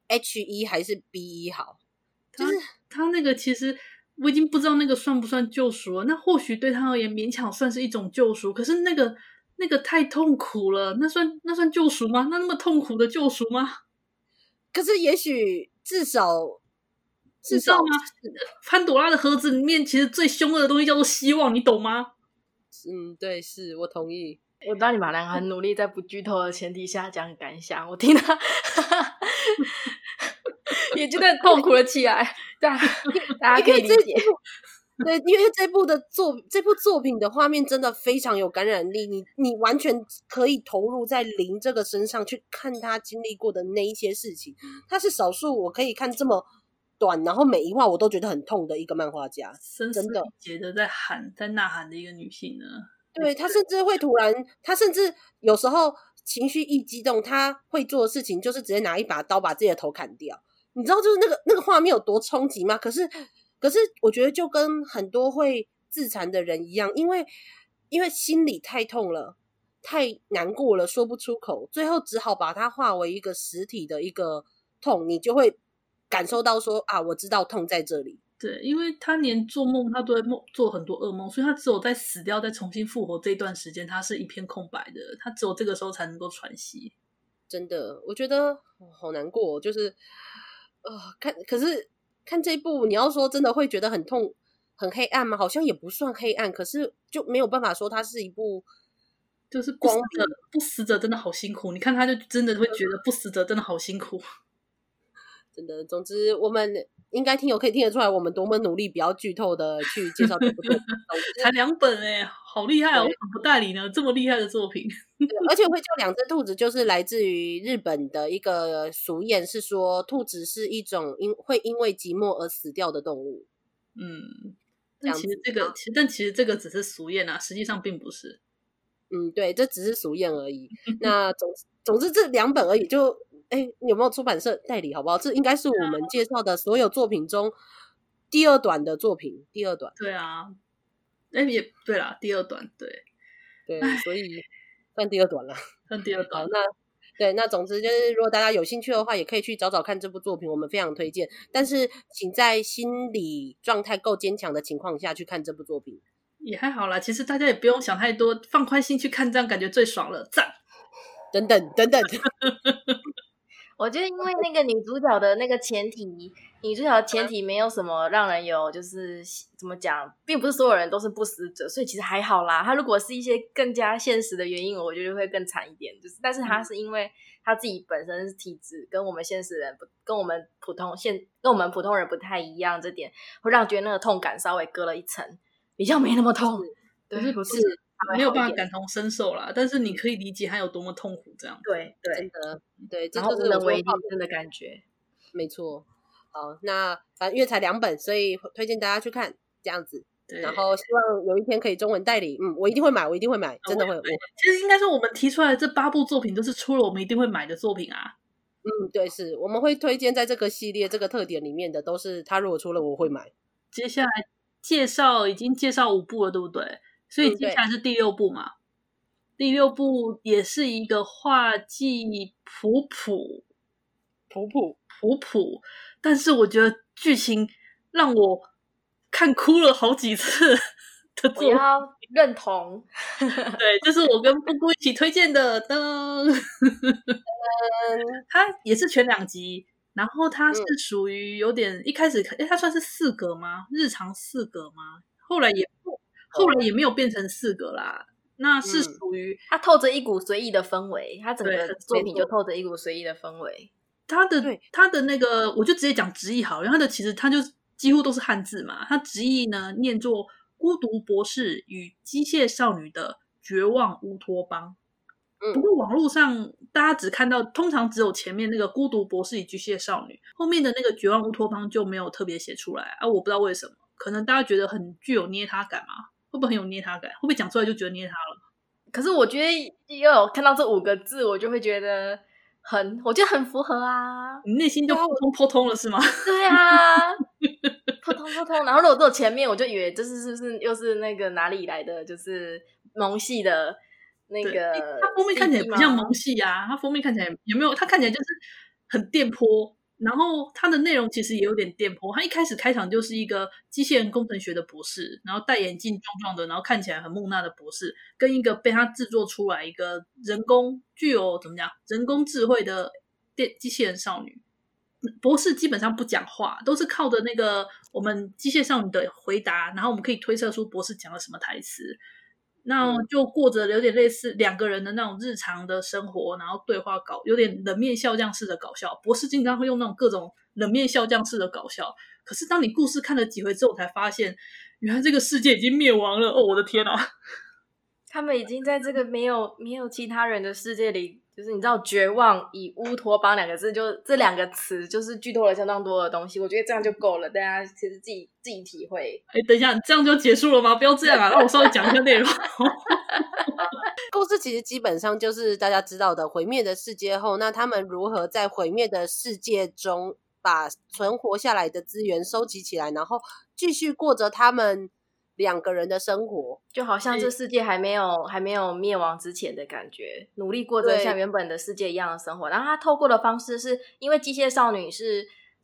H 一 还是 B 一 好。就是他, 他那个其实我已经不知道那个算不算救赎了。那或许对他而言勉强算是一种救赎，可是那个那个太痛苦了，那算那算救赎吗？那那么痛苦的救赎吗？ 可是也许至少至少吗？潘朵拉的盒子里面其实最凶恶的东西叫做希望，你懂吗？ 嗯，对，是我同意。 我知道你们两个很努力在不剧透的前提下讲感想，我听到也觉得很痛苦了起来。大家大家可以理解。 对，因为这部的作这部作品的画面真的非常有感染力，你你完全可以投入在林这个身上去看他经历过的那一些事情。他是少数我可以看这么短，然后每一话我都觉得很痛的一个漫画家， 声嘶力竭的在喊在呐喊的一个女性呢。 对，他甚至会突然，他甚至有时候情绪一激动，他会做的事情就是直接拿一把刀把自己的头砍掉。你知道就是那个那个画面有多冲击吗？可是可是我觉得就跟很多会自残的人一样，因为因为心里太痛了，太难过了，说不出口，最后只好把它化为一个实体的一个痛，你就会感受到说啊，我知道痛在这里， 对，因为他连做梦他都会梦做很多噩梦，所以他只有在死掉再重新复活这一段时间，他是一片空白的，他只有这个时候才能够喘息。 真的，我觉得、哦、好难过，就是呃，看可是看这一部，你要说真的会觉得很痛很黑暗吗？好像也不算黑暗，可是就没有办法说它是一部就是不死者，不死者真的好辛苦。你看他就真的会觉得不死者真的好辛苦。 真的，总之我们应该听友可以听得出来，我们多么努力，不要剧透的去介绍这部作品。 才两本哎、欸，好厉害哦！为什么不代理呢？这么厉害的作品， 而且会叫两只兔子，就是来自于日本的一个俗谚，是说兔子是一种因会因为寂寞而死掉的动物。 嗯，但其实这个，其实但其实这个只是俗谚啊，实际上并不是。 嗯，对，这只是俗谚而已。那总总之这两本而已，就哎，有没有出版社代理好不好？这应该是我们介绍的所有作品中第二短的作品，第二短。 对啊，哎也对啦，第二短，对对，所以算第二短了， 算第二短。 好，那对，那总之就是，如果大家有兴趣的话，也可以去找找看这部作品，我们非常推荐。但是，请在心理状态够坚强的情况下去看这部作品。 也还好啦，其实大家也不用想太多，放宽心去看，这样感觉最爽了，赞！ 等等等等， 我觉得因为那个女主角的那个前提，女主角的前提没有什么让人有就是怎么讲，并不是所有人都是不死者，所以其实还好啦。她如果是一些更加现实的原因，我觉得会更惨一点。就是，但是她是因为她自己本身是体质跟我们现实人不跟我们普通现跟我们普通人不太一样，这点会让觉得那个痛感稍微隔了一层，比较没那么痛。 对，是不是没有办法感同身受啦？但是你可以理解他有多么痛苦，这样。 对对， 真的对，这然后就是无能为力的感觉。 没错。好，那反正因为才两本，所以推荐大家去看这样子。然后希望有一天可以中文代理，嗯，我一定会买，我一定会买，真的会。我其实应该说我们提出来的这八部作品都是出了我们一定会买的作品啊。 嗯，对，是我们会推荐在这个系列这个特点里面的，都是他如果出了我会买。 接下来介绍已经介绍五部了，对不对？所以接下来是第六部嘛。嗯、第六部也是一个画技普普普普普普，但是我觉得剧情让我看哭了好几次的作品。 我要认同。 对，这是我跟布布一起推荐的。噔，它也是全两集，然后它是属于有点、嗯、一开始，诶，它算是四格吗？日常四格吗？后来也后来也没有变成四格啦。那是属于、嗯、 它透着一股随意的氛围，它整个作品就透着一股随意的氛围。 它的它的那个，我就直接讲直译好了，它的其实它就几乎都是汉字嘛。它直译呢念作《孤独博士与机械少女的绝望乌托邦》。嗯、不过网络上大家只看到，通常只有前面那个《孤独博士与机械少女》，后面的那个绝望乌托邦就没有特别写出来啊。我不知道为什么，可能大家觉得很具有捏他感嘛？会不会很有捏他感？会不会讲出来就觉得捏他了？ 可是我觉得又有看到这五个字，我就会觉得很，我觉得很符合啊。 你内心就扑通扑通了是吗？ 对啊，扑通扑通。然后如果只有前面，我就以为这是是不是又是那个哪里来的，就是萌系的那个。 它封面看起来不像萌系啊，它封面看起来有没有？它看起来就是很电波。然后它的内容其实也有点电波，它一开始开场就是一个机械人工程学的博士，然后戴眼镜壮壮的，然后看起来很木讷的博士，跟一个被他制作出来一个人工具有怎么讲人工智慧的电机器人少女。博士基本上不讲话，都是靠着那个我们机械少女的回答，然后我们可以推测出博士讲了什么台词。那就过着有点类似两个人的那种日常的生活，然后对话搞有点冷面笑匠式的搞笑。博士经常会用那种各种冷面笑匠式的搞笑，可是当你故事看了几回之后，才发现原来这个世界已经灭亡了。哦，我的天啊！ 他们已经在这个没有没有其他人的世界里，就是你知道绝望以乌托邦两个字，就这两个词就是剧透了相当多的东西。我觉得这样就够了，大家其实自己自己体会。 哎，等一下，这样就结束了吗？不要这样啊，让我稍微讲一下内容。 故事其实基本上就是大家知道的毁灭的世界后，那他们如何在毁灭的世界中把存活下来的资源收集起来，然后继续过着他们两个人的生活， 就好像这世界还没有还没有灭亡之前的感觉，努力过着像原本的世界一样的生活。然后他透过的方式是因为机械少女是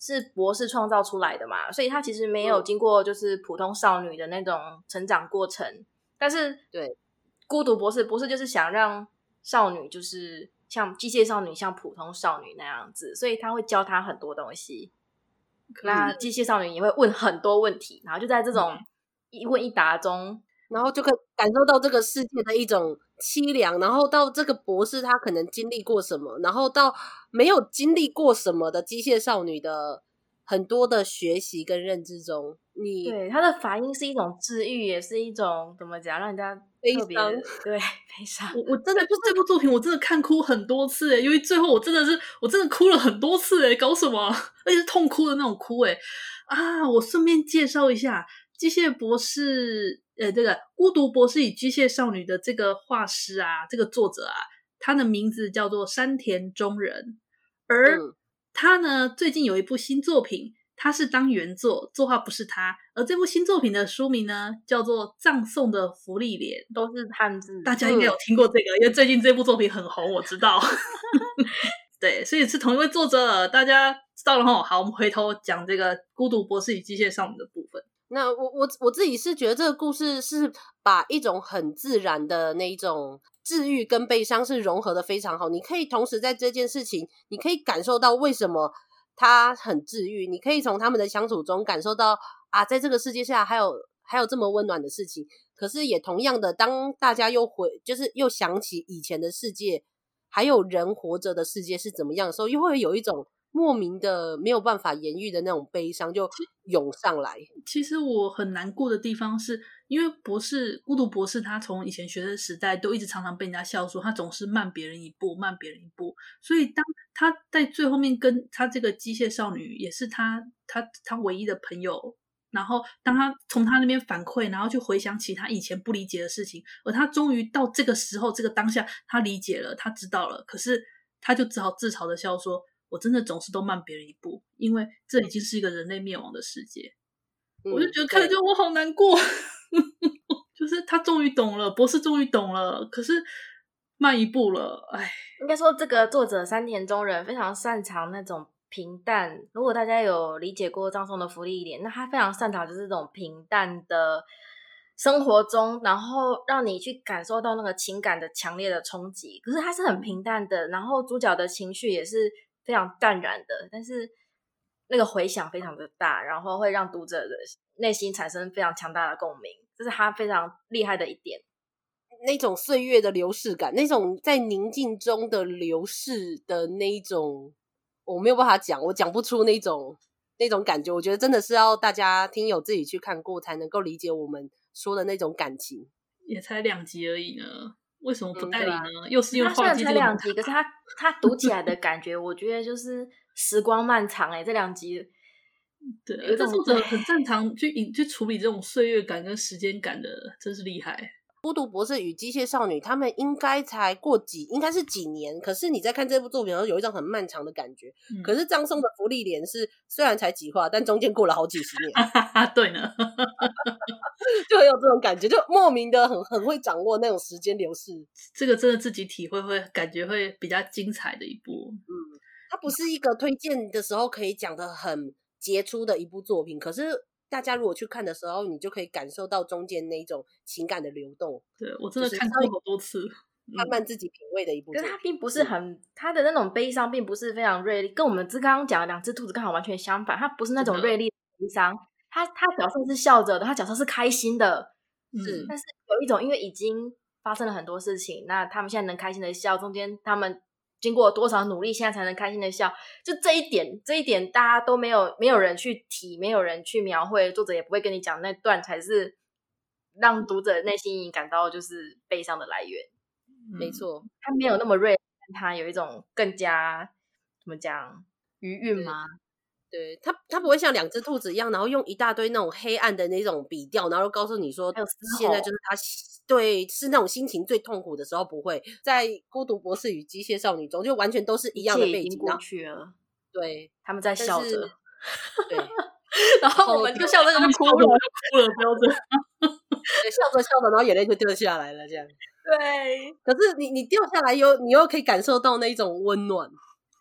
是博士创造出来的嘛，所以他其实没有经过就是普通少女的那种成长过程。但是对， 孤独博士博士就是想让少女就是像机械少女像普通少女那样子，所以他会教她很多东西。那机械少女也会问很多问题，然后就在这种一问一答中， 然后就可以感受到这个世界的一种凄凉，然后到这个博士他可能经历过什么，然后到没有经历过什么的机械少女的很多的学习跟认知中，你对他的反应是一种治愈，也是一种怎么讲，让人家特别对悲伤。 我我真的就是这部作品，我真的看哭很多次哎，因为最后我真的是我真的哭了很多次哎，搞什么？而且是痛哭的那种哭哎啊！我顺便介绍一下，机械博士呃，这个孤独博士与机械少女的这个画师啊，这个作者啊，他的名字叫做山田忠人，而他呢、嗯、最近有一部新作品。他是当原作，作画不是他。而这部新作品的书名呢，叫做《葬送的芙莉莲》， 都是汉字。 大家应该有听过这个，嗯、因为最近这部作品很红，我知道。对，所以是同一位作者，大家知道了齁。好，我们回头讲这个《孤独博士与机械少女》的部分。 那我我我自己是觉得这个故事是把一种很自然的那一种治愈跟悲伤是融合的非常好。你可以同时在这件事情，你可以感受到为什么他很治愈，你可以从他们的相处中感受到啊，在这个世界下还有还有这么温暖的事情。可是也同样的，当大家又回就是又想起以前的世界，还有人活着的世界是怎么样的时候，又会有一种莫名的没有办法言喻的那种悲伤就涌上来。 其实我很难过的地方是因为博士孤独博士他从以前学生时代都一直常常被人家笑说他总是慢别人一步慢别人一步，所以当他在最后面跟他这个机械少女也是他他他唯一的朋友，然后当他从他那边反馈，然后去回想起他以前不理解的事情，而他终于到这个时候这个当下他理解了，他知道了，可是他就只好自嘲的笑说我真的总是都慢别人一步，因为这已经是一个人类灭亡的世界。嗯、我就觉得看着我好难过。就是他终于懂了，博士终于懂了，可是慢一步了，哎。 应该说这个作者山田忠人非常擅长那种平淡，如果大家有理解过葬送的芙莉莲，那他非常擅长就是这种平淡的生活中，然后让你去感受到那个情感的强烈的冲击，可是他是很平淡的，然后主角的情绪也是非常淡然的，但是那个回响非常的大，然后会让读者的内心产生非常强大的共鸣，这是他非常厉害的一点。 那种岁月的流逝感，那种在宁静中的流逝的那一种，我没有办法讲，我讲不出那种那种感觉。我觉得真的是要大家听友自己去看过才能够理解我们说的那种感情。 也才两集而已呢，为什么不代理呢？嗯啊、又是因为画技才两集，可是他他读起来的感觉，我觉得就是时光漫长哎、欸，这两集。 对，这作者很擅长去引去处理这种岁月感跟时间感的，真是厉害。 孤独博士与机械少女他们应该才过几应该是几年，可是你在看这部作品的时候有一种很漫长的感觉、嗯、可是葬送的芙莉莲是虽然才几话，但中间过了好几十年。 对呢。 就很有这种感觉，就莫名的很很会掌握那种时间流逝。 这个真的自己体会会感觉会比较精彩的一部。 嗯，它不是一个推荐的时候可以讲的很杰出的一部作品，可是大家如果去看的时候，你就可以感受到中间那一种情感的流动。 对，我真的看过好多次， 慢慢自己品味的一部作品。 可是它并不是很，它的那种悲伤并不是非常锐利，跟我们刚刚讲的两只兔子刚好完全相反。它不是那种锐利的悲伤，它它角色是笑着的，它角色是开心的， 是。 但是有一种因为已经发生了很多事情，那他们现在能开心的笑，中间他们经过多少努力，现在才能开心的笑，就这一点，这一点大家都没有没有人去提，没有人去描绘，作者也不会跟你讲，那段才是让读者内心感到就是悲伤的来源。 没错， 他没有那么锐，但他有一种更加怎么讲余韵吗？ 对，他他不会像两只兔子一样，然后用一大堆那种黑暗的那种笔调，然后告诉你说现在就是他对是那种心情最痛苦的时候，不会在孤独博士与机械少女中就完全都是一样的背景， 过去了， 对， 他们在笑着， 对， 然后我们就笑着就哭了， 哭了，不要这样， 对，笑着笑着，然后眼泪就掉下来了，这样。 对， 可是你你掉下来又你又可以感受到那一种温暖。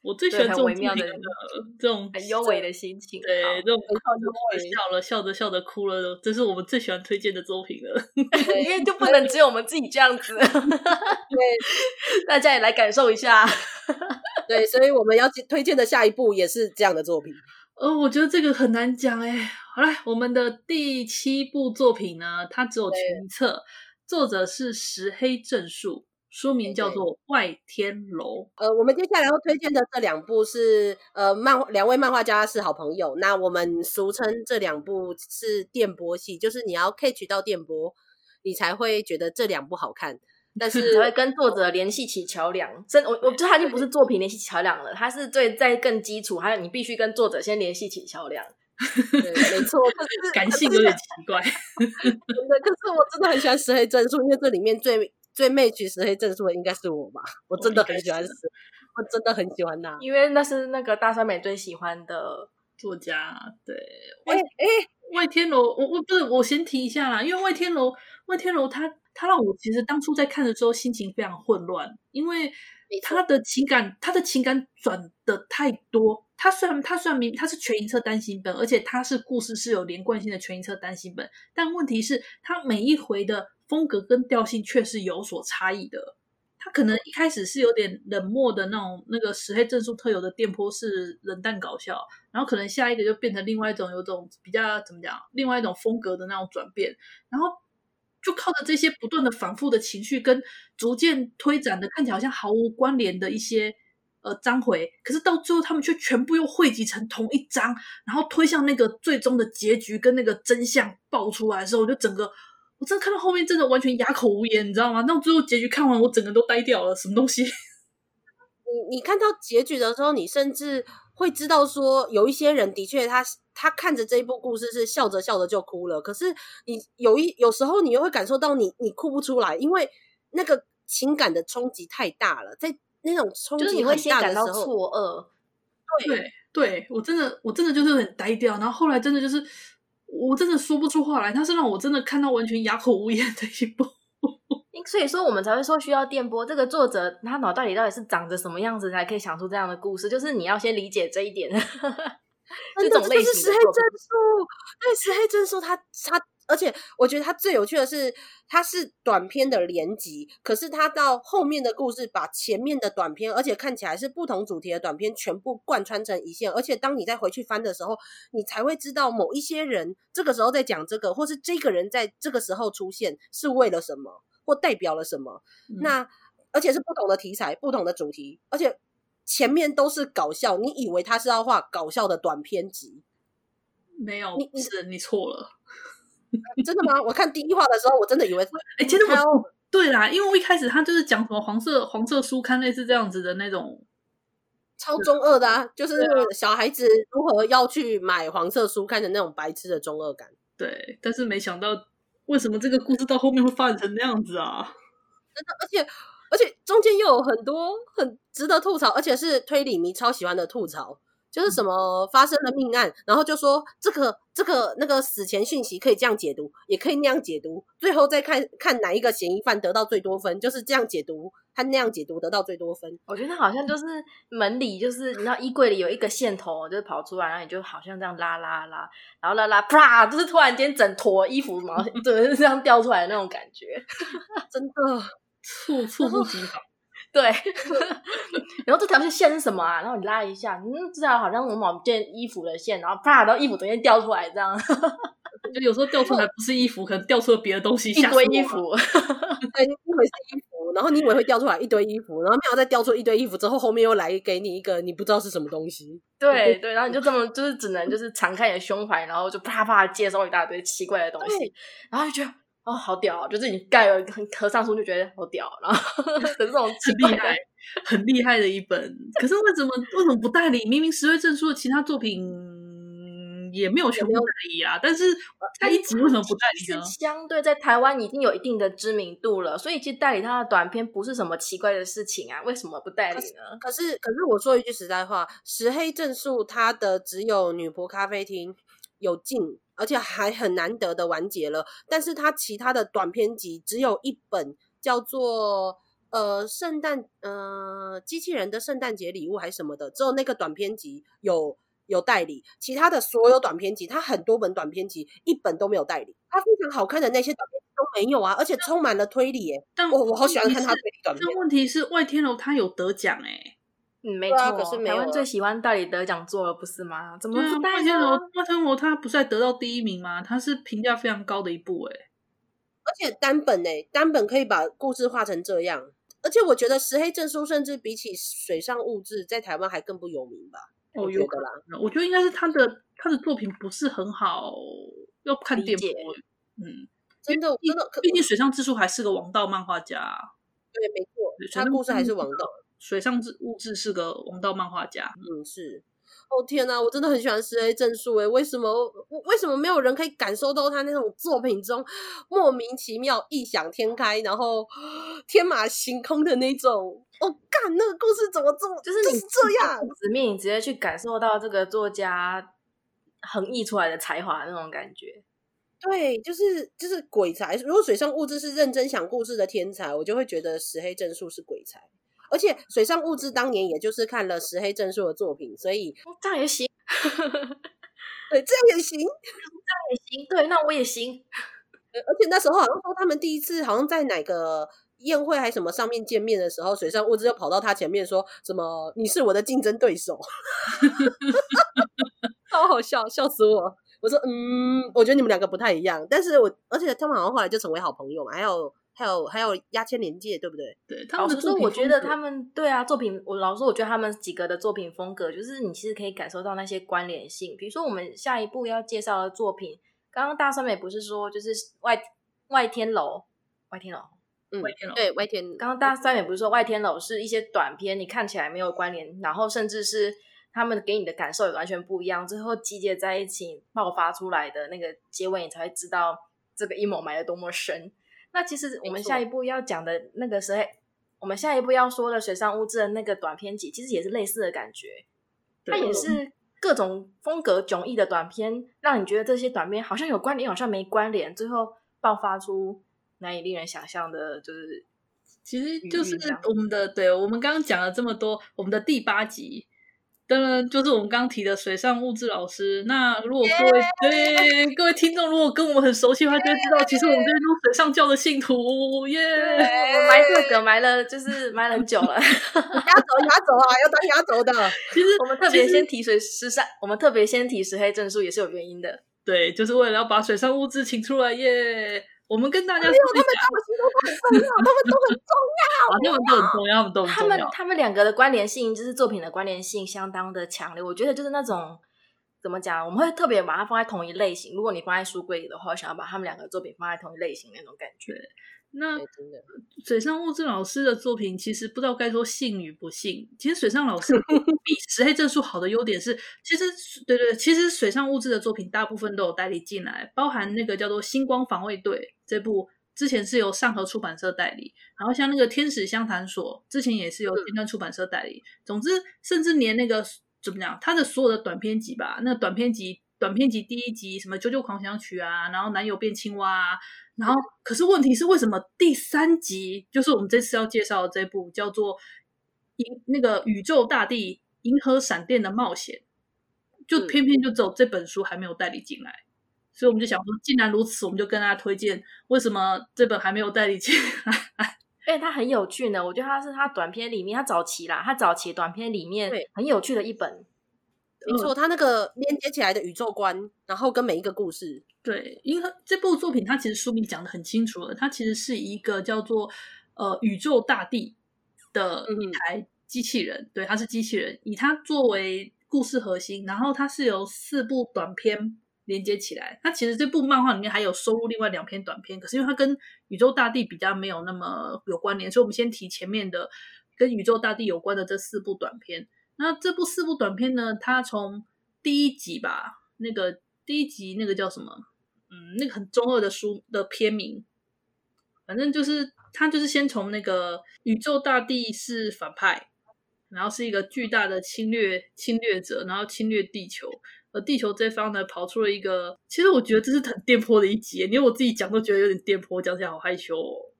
我最喜欢这种微妙的这种很优美的心情， 对，这种靠着笑了笑着笑着哭了，这是我们最喜欢推荐的作品了。 因为就不能只有我们自己这样子，对，大家也来感受一下。 对，所以我们要推荐的下一部也是这样的作品。 呃，我觉得这个很难讲哎。好来，我们的第七部作品呢，它只有全册，作者是石黑正树。书名叫做《外天楼》。 呃，我们接下来要推荐的这两部是呃漫两位漫画家是好朋友，那我们俗称这两部是电波系，就是你要 catch 到电波，你才会觉得这两部好看，但是才会跟作者联系起桥梁。真，我我觉得它已经不是作品联系起桥梁了，它是最在更基础，还有你必须跟作者先联系起桥梁。 对，没错，可是感性有点奇怪。 真的，可是我真的很喜欢石黑正树，因为这里面最最 match 石黑正树的应该是我吧，我真的很喜欢石，我真的很喜欢他， 因为那是那个大川美最喜欢的作家。对， 哎哎、欸， 外天楼，我我不是我先提一下啦，因为外天楼，外天楼他他让我其实当初在看的时候心情非常混乱，因为他的情感他的情感转的太多。他虽然他虽然明他是全银册单行本，而且他是故事是有连贯性的全银册单行本，但问题是他每一回的风格跟调性却是有所差异的。他可能一开始是有点冷漠的那种那个石黑正树特有的电波式冷淡搞笑，然后可能下一个就变成另外一种有种比较怎么讲另外一种风格的那种转变，然后就靠着这些不断的反复的情绪跟逐渐推展的看起来好像毫无关联的一些呃章回，可是到最后他们却全部又汇集成同一章，然后推向那个最终的结局跟那个真相爆出来的时候，我就整个我真的看到后面真的完全哑口无言，你知道吗？那最后结局看完我整个都呆掉了，什么东西？ 你你看到结局的时候，你甚至会知道说有一些人的确他他看着这一部故事是笑着笑着就哭了，可是你有一有时候你又会感受到你你哭不出来，因为那个情感的冲击太大了，在那种冲击很大的时候， 就是你会先感到错愕。 对对，我真的我真的就是很呆掉，然后后来真的就是我真的说不出话来，它是让我真的看到完全哑口无言的一部。 所以说我们才会说需要电波。这个作者他脑袋里到底是长着什么样子才可以想出这样的故事，就是你要先理解这一点。 真的，这就是石黑正树。对，石黑正树他他而且我觉得他最有趣的是他是短篇的连集，可是他到后面的故事把前面的短篇而且看起来是不同主题的短篇全部贯穿成一线，而且当你再回去翻的时候，你才会知道某一些人这个时候在讲这个，或是这个人在这个时候出现是为了什么或代表了什么、嗯、那而且是不同的题材不同的主题，而且前面都是搞笑，你以为他是要画搞笑的短篇集， 没有，你是你错了。 真的吗？我看第一话的时候我真的以为哎、欸，其实我对啦，因为我一开始他就是讲什么黄色黄色书刊类似这样子的那种超中二的啊，就是小孩子如何要去买黄色书刊的那种白痴的中二感。 对，但是没想到为什么这个故事到后面会发展成那样子啊。 真的，而且而且中间又有很多很值得吐槽，而且是推理迷超喜欢的吐槽，就是什么发生了命案，然后就说这个这个那个死前讯息可以这样解读，也可以那样解读，最后再看看哪一个嫌疑犯得到最多分，就是这样解读和那样解读得到最多分。 我觉得他好像就是门里，就是你知道衣柜里有一个线头，就是跑出来，然后你就好像这样拉拉拉，然后拉拉啪，就是突然间整坨衣服毛就是这样掉出来的那种感觉， 真的猝猝不及防。 对，然后这条线是什么啊？然后你拉一下，嗯，这条好像我某件衣服的线，然后啪，然后衣服直接掉出来，这样。 就有时候掉出来不是衣服，可能掉出了别的东西， 一堆衣服。 对，你以为是衣服，然后你以为会掉出来一堆衣服，然后没有再掉出一堆衣服之后，后面又来给你一个你不知道是什么东西。 对对，然后你就这么就是只能就是敞开你的胸怀，然后就啪啪接收一大堆奇怪的东西，然后就觉得。哦，好屌！就是你盖了合上书就觉得好屌，然后的这种很厉害、很厉害的一本。可是为什么为什么不代理？明明石黑正树的其他作品也没有全部代理啊，但是他一集为什么不代理呢？ 相对在台湾已经有一定的知名度了，所以其实代理他的短篇不是什么奇怪的事情啊，为什么不代理呢？ 可是可是我说一句实在话，石黑正树他的只有女仆咖啡厅有进，而且还很难得的完结了，但是他其他的短篇集只有一本叫做呃圣诞呃机器人的圣诞节礼物还是什么的，只有那个短篇集有有代理，其他的所有短篇集，它很多本短篇集一本都没有代理，它非常好看的那些短篇集都没有啊，而且充满了推理耶。 但我我好喜欢看它推理短篇。 但问题是外天楼它有得奖哎。 嗯，没错、 啊，可是没有、啊、 台湾最喜欢代理得奖作了，不是吗？怎么不带呢？ 外天楼，外天楼它不是还得到第一名吗？它是评价非常高的一部哎， 而且单本哎，单本可以把故事画成这样，而且我觉得石黑正书甚至比起水上物质在台湾还更不有名吧？ 哦， 我觉得啦， 我觉得应该是他的他的作品不是很好，要看电波，嗯， 真的真的， 毕竟水上智树还是个王道漫画家， 对，没错，他故事还是王道。 水上物质是个王道漫画家， 嗯，是。哦天哪，我真的很喜欢石黑正树诶，为什么为什么没有人可以感受到他那种作品中莫名其妙、异想天开，然后天马行空的那种？哦，干，那个故事怎么这么就是你就是这样？ 直面你直接去感受到这个作家横溢出来的才华那种感觉。 对，就是就是鬼才。如果水上物质是认真想故事的天才，我就会觉得石黑正树是鬼才。而且水上物质当年也就是看了石黑正树的作品，所以这样也行。 对，这样也行，这样也行。对，那我也行。 而且那时候好像说他们第一次好像在哪个宴会还什么上面见面的时候，水上物质就跑到他前面说什么你是我的竞争对手。超好笑，笑死我。我说嗯，我觉得你们两个不太一样，但是我而且他们好像后来就成为好朋友嘛，还有还有还有压签连界，对不对？ 对， 老实说，我觉得他们对啊，作品我老实说，我觉得他们几个的作品风格，就是你其实可以感受到那些关联性。比如说，我们下一步要介绍的作品，刚刚大酸梅不是说就是外外天楼，外天楼， 嗯， 外天楼， 对，外天。 刚刚大酸梅不是说外天楼是一些短片，你看起来没有关联，然后甚至是他们给你的感受也完全不一样，最后集结在一起爆发出来的那个结尾，你才会知道这个阴谋埋得多么深。那其实我们下一步要讲的那个时候，我们下一步要说的水上物质的那个短篇集，其实也是类似的感觉。它也是各种风格迥异的短篇，让你觉得这些短篇好像有关联，好像没关联，最后爆发出难以令人想象的，就是其实就是我们的，对，我们刚刚讲了这么多，我们的第八集。当然，就是我们刚刚提的水上物质老师。那如果各位、yeah! 对各位听众，如果跟我们很熟悉的话，就会知道，其实我们这边都水上教的信徒耶。 Yeah! 我们埋这个埋了，就是埋了很久了。 压轴压轴啊，要当压轴的。 其实我们特别先提水石山，我们特别先提石黑正树也是有原因的。 对，就是为了要把水上物质请出来耶。Yeah!我们跟大家说一下，他们在我心中都很重要，他们都很重要， 他们都很重要，他们都很重要。 他们他们两个的关联性，就是作品的关联性相当的强烈。我觉得就是那种怎么讲，我们会特别把它放在同一类型。如果你放在书柜里的话，想要把他们两个作品放在同一类型那种感觉。 那水上物质老师的作品，其实不知道该说幸与不幸。其实水上老师比石黑正树好的优点是，其实对对，其实水上物质的作品大部分都有代理进来，包含那个叫做《星光防卫队》这部，之前是由上河出版社代理，然后像那个《天使相谈所》之前也是由尖端出版社代理。总之，甚至连那个怎么讲，他的所有的短篇集吧，那短篇集。短篇集第一集什么《九九狂想曲》啊，然后男友变青蛙啊，然后可是问题是为什么第三集就是我们这次要介绍的这部叫做银那个宇宙大地银河闪电的冒险，就偏偏就只有这本书还没有代理进来，所以我们就想说，既然如此，我们就跟大家推荐为什么这本还没有代理进来。 因为它很有趣呢，我觉得它是它短篇里面，它早期啦，它早期短篇里面很有趣的一本。 没错，他那个连接起来的宇宙观，然后跟每一个故事， 对，因为这部作品它其实书名讲得很清楚了，它其实是一个叫做呃宇宙大地的一台机器人，嗯、对，它是机器人，以它作为故事核心，然后它是由四部短篇连接起来。它其实这部漫画里面还有收录另外两篇短篇，可是因为它跟宇宙大地比较没有那么有关联，所以我们先提前面的跟宇宙大地有关的这四部短篇。那这部四部短片呢，它从第一集吧，那个第一集那个叫什么，嗯，那个很中二的书的片名，反正就是它就是先从那个宇宙大地是反派，然后是一个巨大的侵略侵略者，然后侵略地球，而地球这方呢跑出了一个，其实我觉得这是很颠簸的一集，连我自己讲都觉得有点颠簸，讲起来好害羞哦。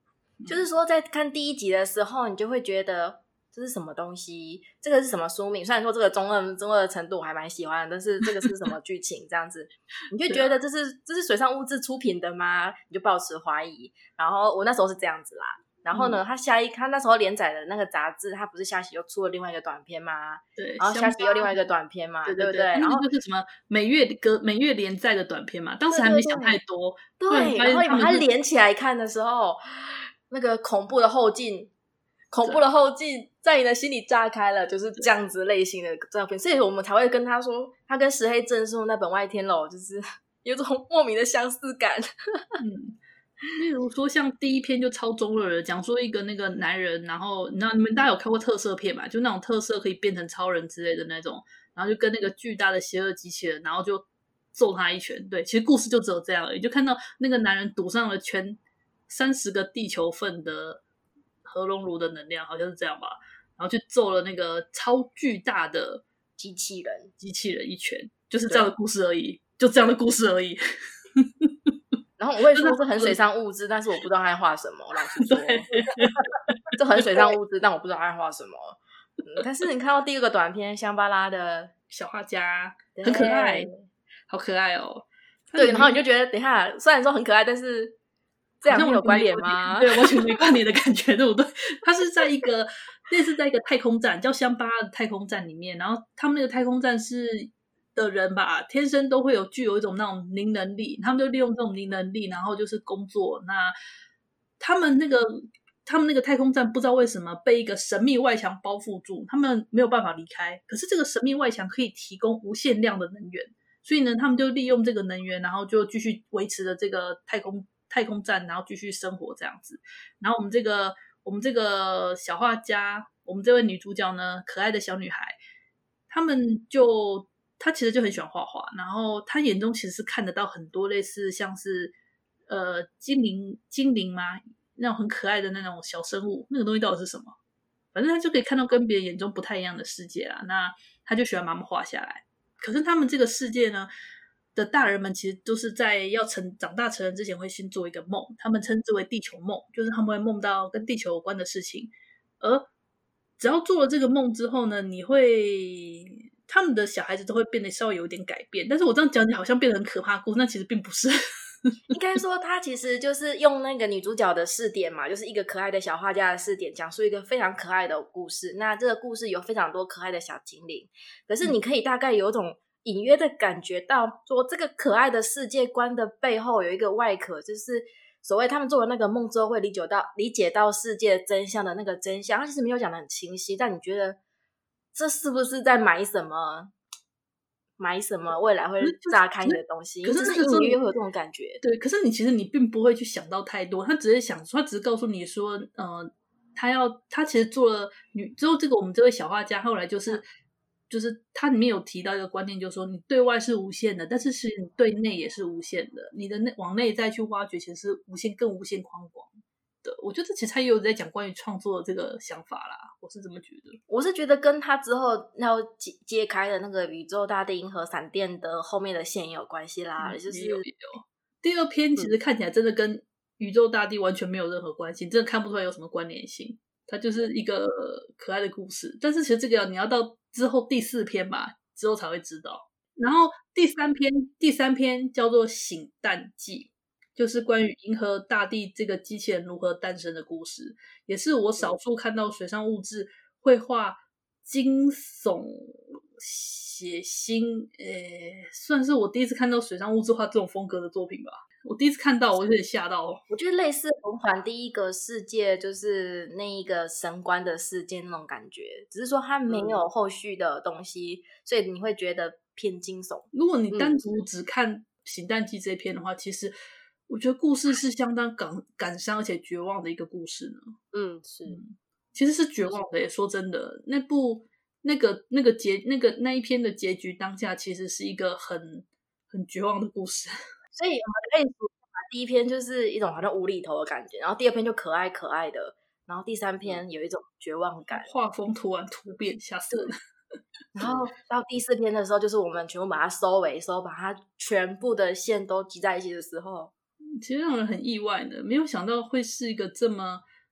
就是说在看第一集的时候，你就会觉得这是什么东西，这个是什么书名，虽然说这个中二中二的程度我还蛮喜欢的，但是这个是什么剧情这样子你就觉得这是这是水上物质出品的吗？你就抱持怀疑。然后我那时候是这样子啦，然后呢、嗯、他下一他那时候连载的那个杂志，他不是下期又出了另外一个短片吗？ 对， 然后下期又另外一个短片嘛， 对对对不对？ 然后就是什么每月隔每月连载的短片嘛，当时还没想太多。 对，对对对，然后你把它连起来看的时候，那个恐怖的后劲恐怖的后劲在你的心里炸开了，就是这样子类型的照片，所以我们才会跟他说他跟石黑正树那本外天楼就是有种莫名的相似感嗯，例如说像第一篇就超中二的，讲说一个那个男人，然后你知道你们大家有看过特摄片嘛，就那种特摄可以变成超人之类的那种，然后就跟那个巨大的邪恶机器人，然后就揍他一拳。对，其实故事就只有这样而已，就看到那个男人赌上了全三十个地球份的核熔炉的能量，好像是这样吧，然后去揍了那个超巨大的机器人机器人一拳，就是这样的故事而已，就这样的故事而已然后我会说是很水上物质，但是我不知道他在画什么，老实说这很水上物质，但我不知道他在画什么、嗯、但是你看到第二个短片香巴拉的小画家很可爱，好可爱哦。 对，然后你就觉得等一下虽然说很可爱，但是这样有关联吗？ 对，完全没关联的感觉，对不对？他是在一个类似在一个太空站叫香巴拉的太空站里面，然后他们那个太空站是的人吧，天生都会有具有一种那种灵能力，他们就利用这种灵能力，然后就是工作。那他们那个他们那个太空站不知道为什么被一个神秘外墙包覆住，他们没有办法离开。可是这个神秘外墙可以提供无限量的能源，所以呢，他们就利用这个能源，然后就继续维持着这个太空太空站，然后继续生活这样子。然后我们这个我们这个小画家，我们这位女主角呢，可爱的小女孩，他们就她其实就很喜欢画画，然后她眼中其实是看得到很多类似像是呃精灵精灵吗？那种很可爱的那种小生物，那个东西到底是什么？反正她就可以看到跟别人眼中不太一样的世界啦。那她就喜欢把它们画下来。可是他们这个世界呢的大人们其实都是在要成长大成人之前会先做一个梦，他们称之为地球梦，就是他们会梦到跟地球有关的事情。而只要做了这个梦之后呢，你会他们的小孩子都会变得稍微有点改变。但是我这样讲起来好像变得很可怕的故事，那其实并不是应该说他其实就是用那个女主角的视点嘛，就是一个可爱的小画家的视点，讲述一个非常可爱的故事。那这个故事有非常多可爱的小精灵，可是你可以大概有种隐约的感觉到说这个可爱的世界观的背后有一个外壳，就是所谓他们做了那个梦之后会理解到理解到世界真相的那个真相。他其实没有讲得很清晰，但你觉得这是不是在埋什么埋什么未来会炸开你的东西？ 可是那个隐约会有这种感觉。 对，可是你其实你并不会去想到太多，他只是想说，他只是告诉你说，呃，他要他其实做了女之后，这个我们这位小画家后来就是。嗯就是它里面有提到一个观念，就是说你对外是无限的，但是其实你对内也是无限的，你的内往内再去挖掘，其实是无限更无限宽广的。我觉得其实他也有在讲关于创作的这个想法啦，我是这么觉得。 我是觉得跟他之后要揭揭开的那个宇宙大地银河闪电的后面的线也有关系啦， 嗯、 就是也有也有。第二篇其实看起来真的跟宇宙大地完全没有任何关系，真的看不出来有什么关联性。它就是一个可爱的故事，但是其实这个你要到之后第四篇吧之后才会知道。然后第三篇第三篇叫做醒蛋记，就是关于银河大地这个机器人如何诞生的故事，也是我少数看到水上物质会画惊悚血腥，呃，算是我第一次看到水上物质画这种风格的作品吧。我第一次看到我有点吓到。 我觉得类似红环第一个世界，就是那一个神官的世界那种感觉，只是说它没有后续的东西、嗯、所以你会觉得偏惊悚。 如果你单独只看醒蛋记这篇的话、嗯、其实我觉得故事是相当感感伤而且绝望的一个故事呢。 嗯，是、嗯、 其实是绝望的耶，说真的，那部那个那个结那个那一篇的结局当下其实是一个很很绝望的故事。 所以我们可以说第一篇就是一种好像无厘头的感觉，然后第二篇就可爱可爱的，然后第三篇有一种绝望感， 画风突然突变，吓死人。 然后到第四篇的时候，就是我们全部把它收尾收，把它全部的线都集在一起的时候， 其实让人很意外的，没有想到会是一个这么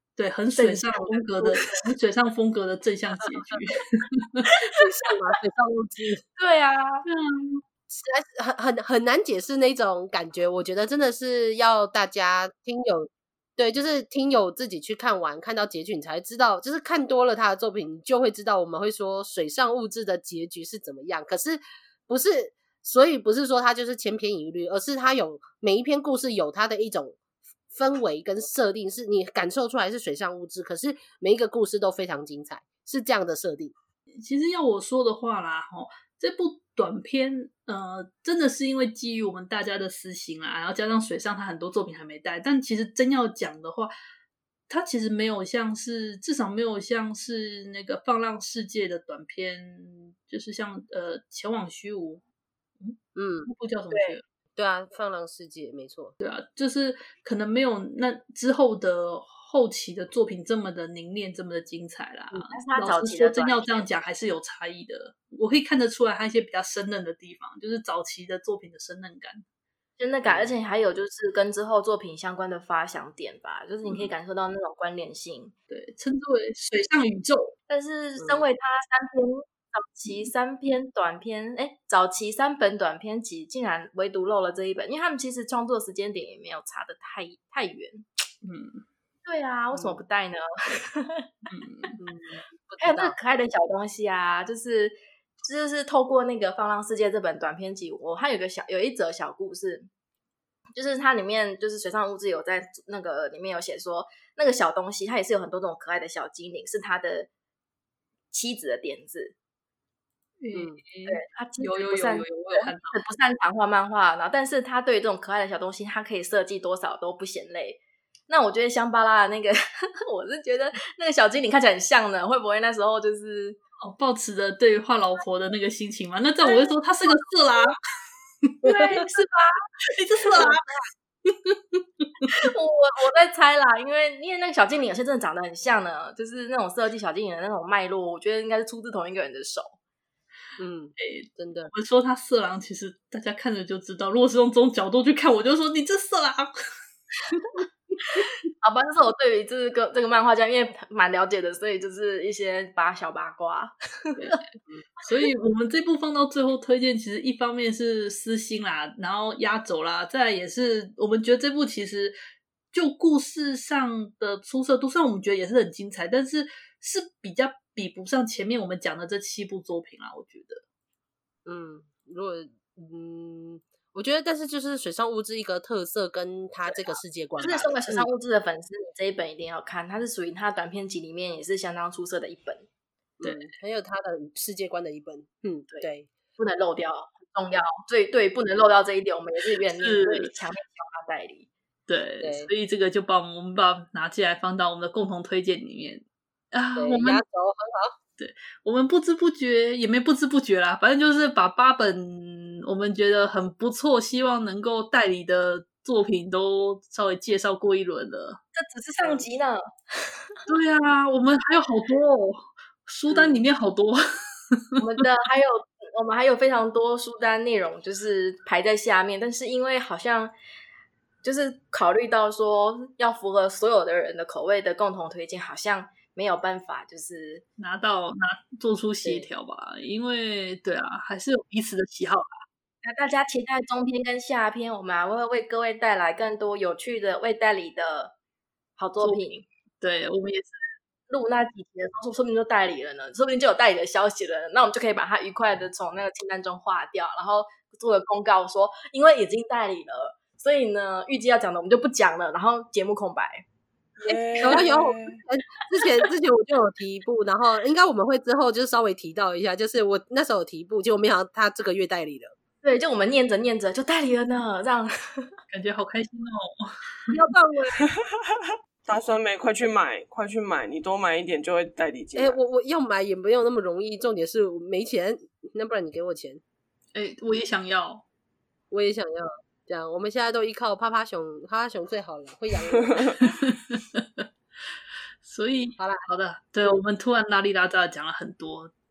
对，很水上风格的，很水上风格的正向结局。 水上嘛，水上物质。 对啊， 嗯， 实在是很很很难解释那种感觉，我觉得真的是要大家听友，对，就是听友自己去看完，看到结局你才知道，就是看多了他的作品，你就会知道我们会说水上物质的结局是怎么样。可是不是，所以不是说它就是千篇一律，而是它有每一篇故事有它的一种氛围跟设定，是你感受出来是水上物质，可是每一个故事都非常精彩，是这样的设定。 其实要我说的话啦，齁，这部短片呃，真的是因为基于我们大家的私心啦，然后加上水上他很多作品还没带，但其实真要讲的话，它其实没有像是，至少没有像是那个放浪世界的短片，就是像呃前往虚无，嗯嗯，那部叫什么去了？ 对啊，放浪世界没错。 对啊，就是可能没有那之后的后期的作品这么的凝练，这么的精彩啦。 嗯、但是他老实说，真要这样讲，还是有差异的。我可以看得出来，他一些比较生嫩的地方，就是早期的作品的生嫩感。 生嫩感，而且还有就是跟之后作品相关的发想点吧，就是你可以感受到那种关联性。 嗯、对，称之为水上宇宙。 但是身为他三篇。嗯早期三篇短篇，哎，早期三本短篇集竟然唯独漏了这一本，因为他们其实创作时间点也没有差得太太远。 嗯， 对啊，为什么不带呢？ 嗯嗯，还有那个可爱的小东西啊，就是就是透过那个《放浪世界》这本短篇集，我它有个小有一则小故事，就是它里面就是水上物质有在那个里面有写说，那个小东西它也是有很多这种可爱的小精灵，是他的妻子的点子。嗯，对，他其实不擅不擅长画漫画，然后但是他对于这种可爱的小东西，他可以设计多少都不嫌累。那我觉得香巴拉的那个，我是觉得那个小精灵看起来很像呢，会不会那时候就是哦，抱持着对于画老婆的那个心情嘛？那这样我会说他是个色狼， 对，是吧？ 你这色狼。 我我在猜啦，因为因为那个小精灵有些真的长得很像呢，就是那种设计小精灵的那种脉络，我觉得应该是出自同一个人的手。 嗯，哎，真的， 我说他色狼，其实大家看着就知道。如果是用这种角度去看，我就说你这色狼。 好吧，这是我对于这个这个漫画家，因为蛮了解的，所以就是一些八小八卦。 所以我们这部放到最后推荐，其实一方面是私心啦，然后压轴啦，再来也是我们觉得这部其实就故事上的出色度，虽然我们觉得也是很精彩，但是是比较比不上前面我们讲的这七部作品啦，我觉得。 嗯，如果嗯。我觉得，但是就是水上物质一个特色，跟他这个世界观， 就是身为水上物质的粉丝，你这一本一定要看，它是属于他的短篇集里面也是相当出色的一本， 对，嗯、很有他的世界观的一本，嗯，对， 对不能漏掉，很重要，对对，不能漏掉这一点，我们也是愿意强烈希望他代理， 对，对，所以这个就把我们把拿进来放到我们的共同推荐里面啊，我们压轴很好。 对，我们不知不觉也没不知不觉啦，反正就是把八本我们觉得很不错，希望能够代理的作品都稍微介绍过一轮了。 这只是上集呢。 对啊，我们还有好多哦，书单里面好多。 我们的还有我们还有非常多书单内容就是排在下面，但是因为好像就是考虑到说要符合所有的人的口味的共同推荐，好像没有办法就是拿到拿做出协调吧，因为对啊，还是有彼此的喜好啦。 那大家期待中篇跟下篇，我们还会为各位带来更多有趣的未代理的好作品。 对，我们也是录那几集的时候，说不定就代理了呢，说不定就有代理的消息了，那我们就可以把它愉快的从那个清单中划掉，然后做个公告说，因为已经代理了，所以呢，预计要讲的我们就不讲了，然后节目空白。 有有有，之前之前我就有提一部，然后应该我们会之后就稍微提到一下，就是我那时候有提一部，结果没想到他这个月代理了。 对，就我们念着念着就代理了呢，这样感觉好开心哦！ 要棒了， 大酸梅，快去买，快去买，你多买一点就会代理进来。 哎、欸，我我要买也没有那么容易，重点是我没钱，那不然你给我钱。 哎、欸，我也想要， 我也想要。这样，我们现在都依靠趴趴熊，趴趴熊最好了，会养我。 所以好啦， 好的，对，我们突然拉里拉扎讲了很多，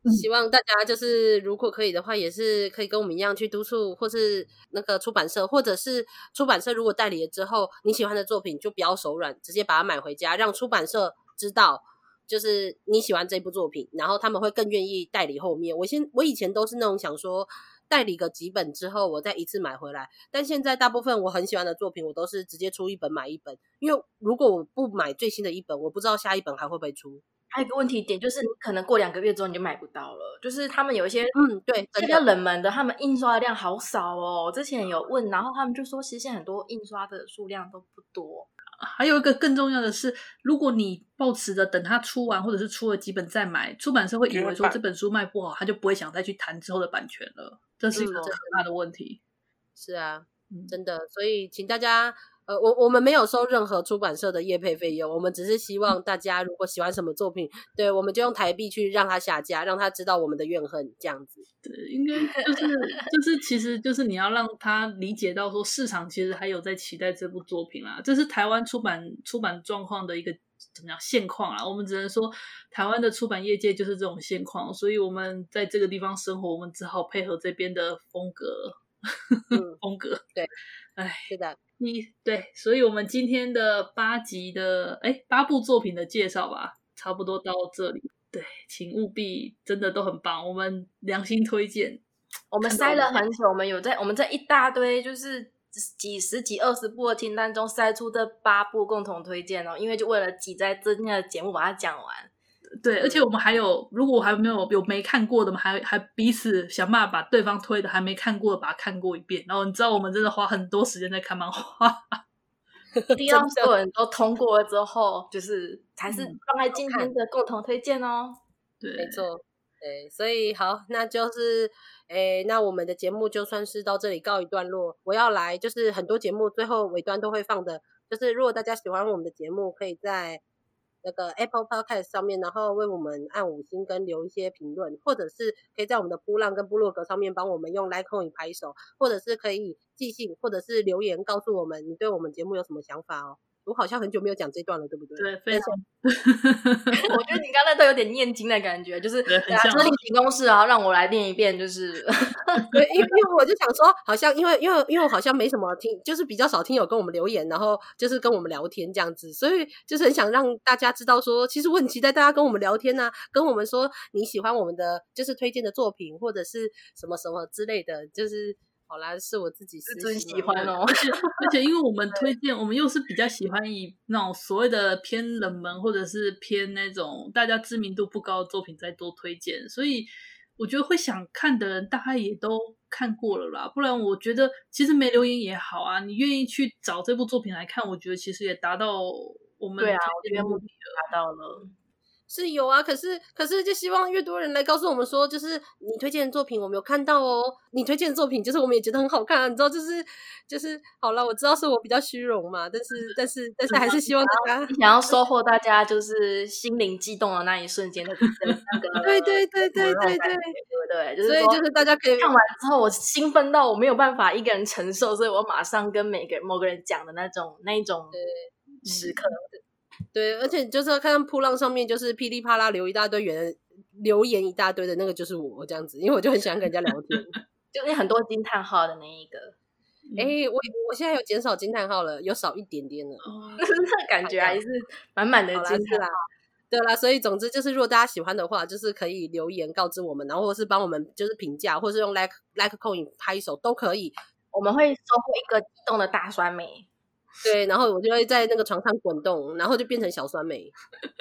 希望大家就是如果可以的话，也是可以跟我们一样去督促，或是那个出版社，或者是出版社如果代理了之后，你喜欢的作品就不要手软，直接把它买回家，让出版社知道就是你喜欢这部作品，然后他们会更愿意代理后面。我先我以前都是那种想说代理个几本之后我再一次买回来，但现在大部分我很喜欢的作品我都是直接出一本买一本，因为如果我不买最新的一本，我不知道下一本还会不会出。 还有一个问题点就是你可能过两个月之后你就买不到了，就是他们有一些嗯对比较冷门的，他们印刷的量好少哦。我之前有问，然后他们就说其实现在很多印刷的数量都不多。 还有一个更重要的是，如果你抱持着等它出完或者是出了几本再买，出版社会以为说这本书卖不好，他就不会想再去谈之后的版权了，这是一个很大的问题。 嗯、是啊、嗯、真的，所以请大家呃，我我们没有收任何出版社的业配费用，我们只是希望大家如果喜欢什么作品，对，我们就用台币去让他下架，让他知道我们的怨恨，这样子。 对，应该就是就是，其实就是你要让他理解到说，市场其实还有在期待这部作品啦。这是台湾出版出版状况的一个怎么样现况啦。我们只能说，台湾的出版业界就是这种现况，所以我们在这个地方生活，我们只好配合这边的风格。 嗯、 风格对， 哎， 是的， 你对，所以我们今天的八集的哎八部作品的介绍吧，差不多到这里。对，请务必真的都很棒，我们良心推荐。 我们筛了很久，我们有在我们在一大堆就是几十几二十部的清单中筛出这八部共同推荐哦，因为就为了挤在今天的节目把它讲完。 对，而且我们还有，如果还没有有没看过的，我们还还彼此想办法把对方推的还没看过的把它看过一遍。然后你知道我们真的花很多时间在看漫画， 一定要所有人都通过了之后，就是才是放在今天的共同推荐哦。 对， 没错，对，所以好，那就是诶，那我们的节目就算是到这里告一段落。我要来，就是很多节目最后尾端都会放的，就是如果大家喜欢我们的节目，可以在那个 Apple Podcast 上面，然后为我们按五星跟留一些评论，或者是可以在我们的噗浪跟部落格上面帮我们用 Like Coin 拍手，或者是可以寄信或者是留言告诉我们你对我们节目有什么想法哦。我好像很久没有讲这段了，对不对？ 对，非常。 我觉得你刚才都有点念经的感觉，就是对，很像。 这例行公事啊，让我来念一遍，就是对，因为因为我就想说，好像因为因为因为我好像没什么听，就是比较少听友跟我们留言，然后就是跟我们聊天这样子，所以就是很想让大家知道说，其实我很期待大家跟我们聊天啊，跟我们说你喜欢我们的就是推荐的作品或者是什么什么之类的，就是。好啦，是我自己私心喜欢哦， 而且而且因为我们推荐，我们又是比较喜欢以那种所谓的偏冷门或者是偏那种大家知名度不高的作品再多推荐，所以我觉得会想看的人大概也都看过了啦。不然我觉得其实没留言也好啊，你愿意去找这部作品来看，我觉得其实也达到我们对啊，我觉得目的达到了。 是有啊，可是可是就希望越多人来告诉我们说，就是你推荐的作品我没有看到哦，你推荐的作品就是我们也觉得很好看啊，你知道，就是就是好了，我知道是我比较虚荣嘛，但是但是但是还是希望大家你想要收获大家就是心灵激动的那一瞬间的那个， 对对对对对对对对，就是所以就是大家可以看完之后，我兴奋到我没有办法一个人承受，所以我马上跟每个某个人讲的那种那一种时刻。 对，而且就是看噗浪上面就是噼里啪啦留一大堆言留言一大堆的那个就是我这样子，因为我就很喜欢跟人家聊天， 就是很多惊叹号的那一个。 哎、欸，我我现在有减少惊叹号了，有少一点点了， 那感觉还是满满的惊叹号。 对啦，所以总之就是，如果大家喜欢的话，就是可以留言告知我们，然后或是帮我们就是评价，或是用 like like coin 拍手都可以， 我们会收获一个激动的大酸梅。 对，然后我就会在那个床上滚动，然后就变成小酸梅，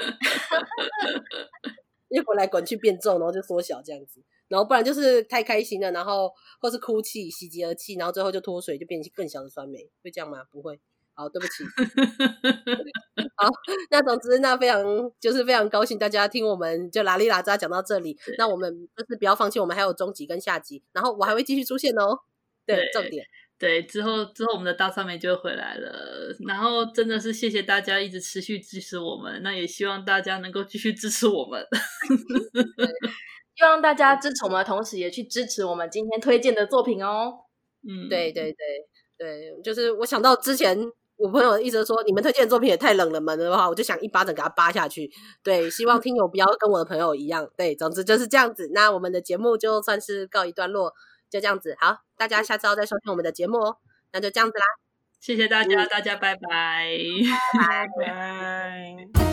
一滚来滚去变重，然后就缩小这样子，然后不然就是太开心了，然后或是哭泣、喜极而泣，然后最后就脱水，就变成更小的酸梅，会这样吗？不会。好，对不起。好，那总之那非常就是非常高兴大家听我们就拉里拉扎讲到这里，那我们就是不要放弃，我们还有中集跟下集，然后我还会继续出现哦。对， 对重点。 对，之后之后我们的大酸梅就会回来了，然后真的是谢谢大家一直持续支持我们，那也希望大家能够继续支持我们。 希望大家支持我们的同时也去支持我们今天推荐的作品哦。 嗯， 对对对对，就是我想到之前我朋友一直说你们推荐的作品也太冷了门了的话，我就想一巴掌给他扒下去。对，希望听友不要跟我的朋友一样。对，总之就是这样子。那我们的节目就算是告一段落，就这样子。好，大家下次要再收听我们的节目哦。那就这样子啦， 谢谢大家，嗯、大家拜拜， 拜拜拜。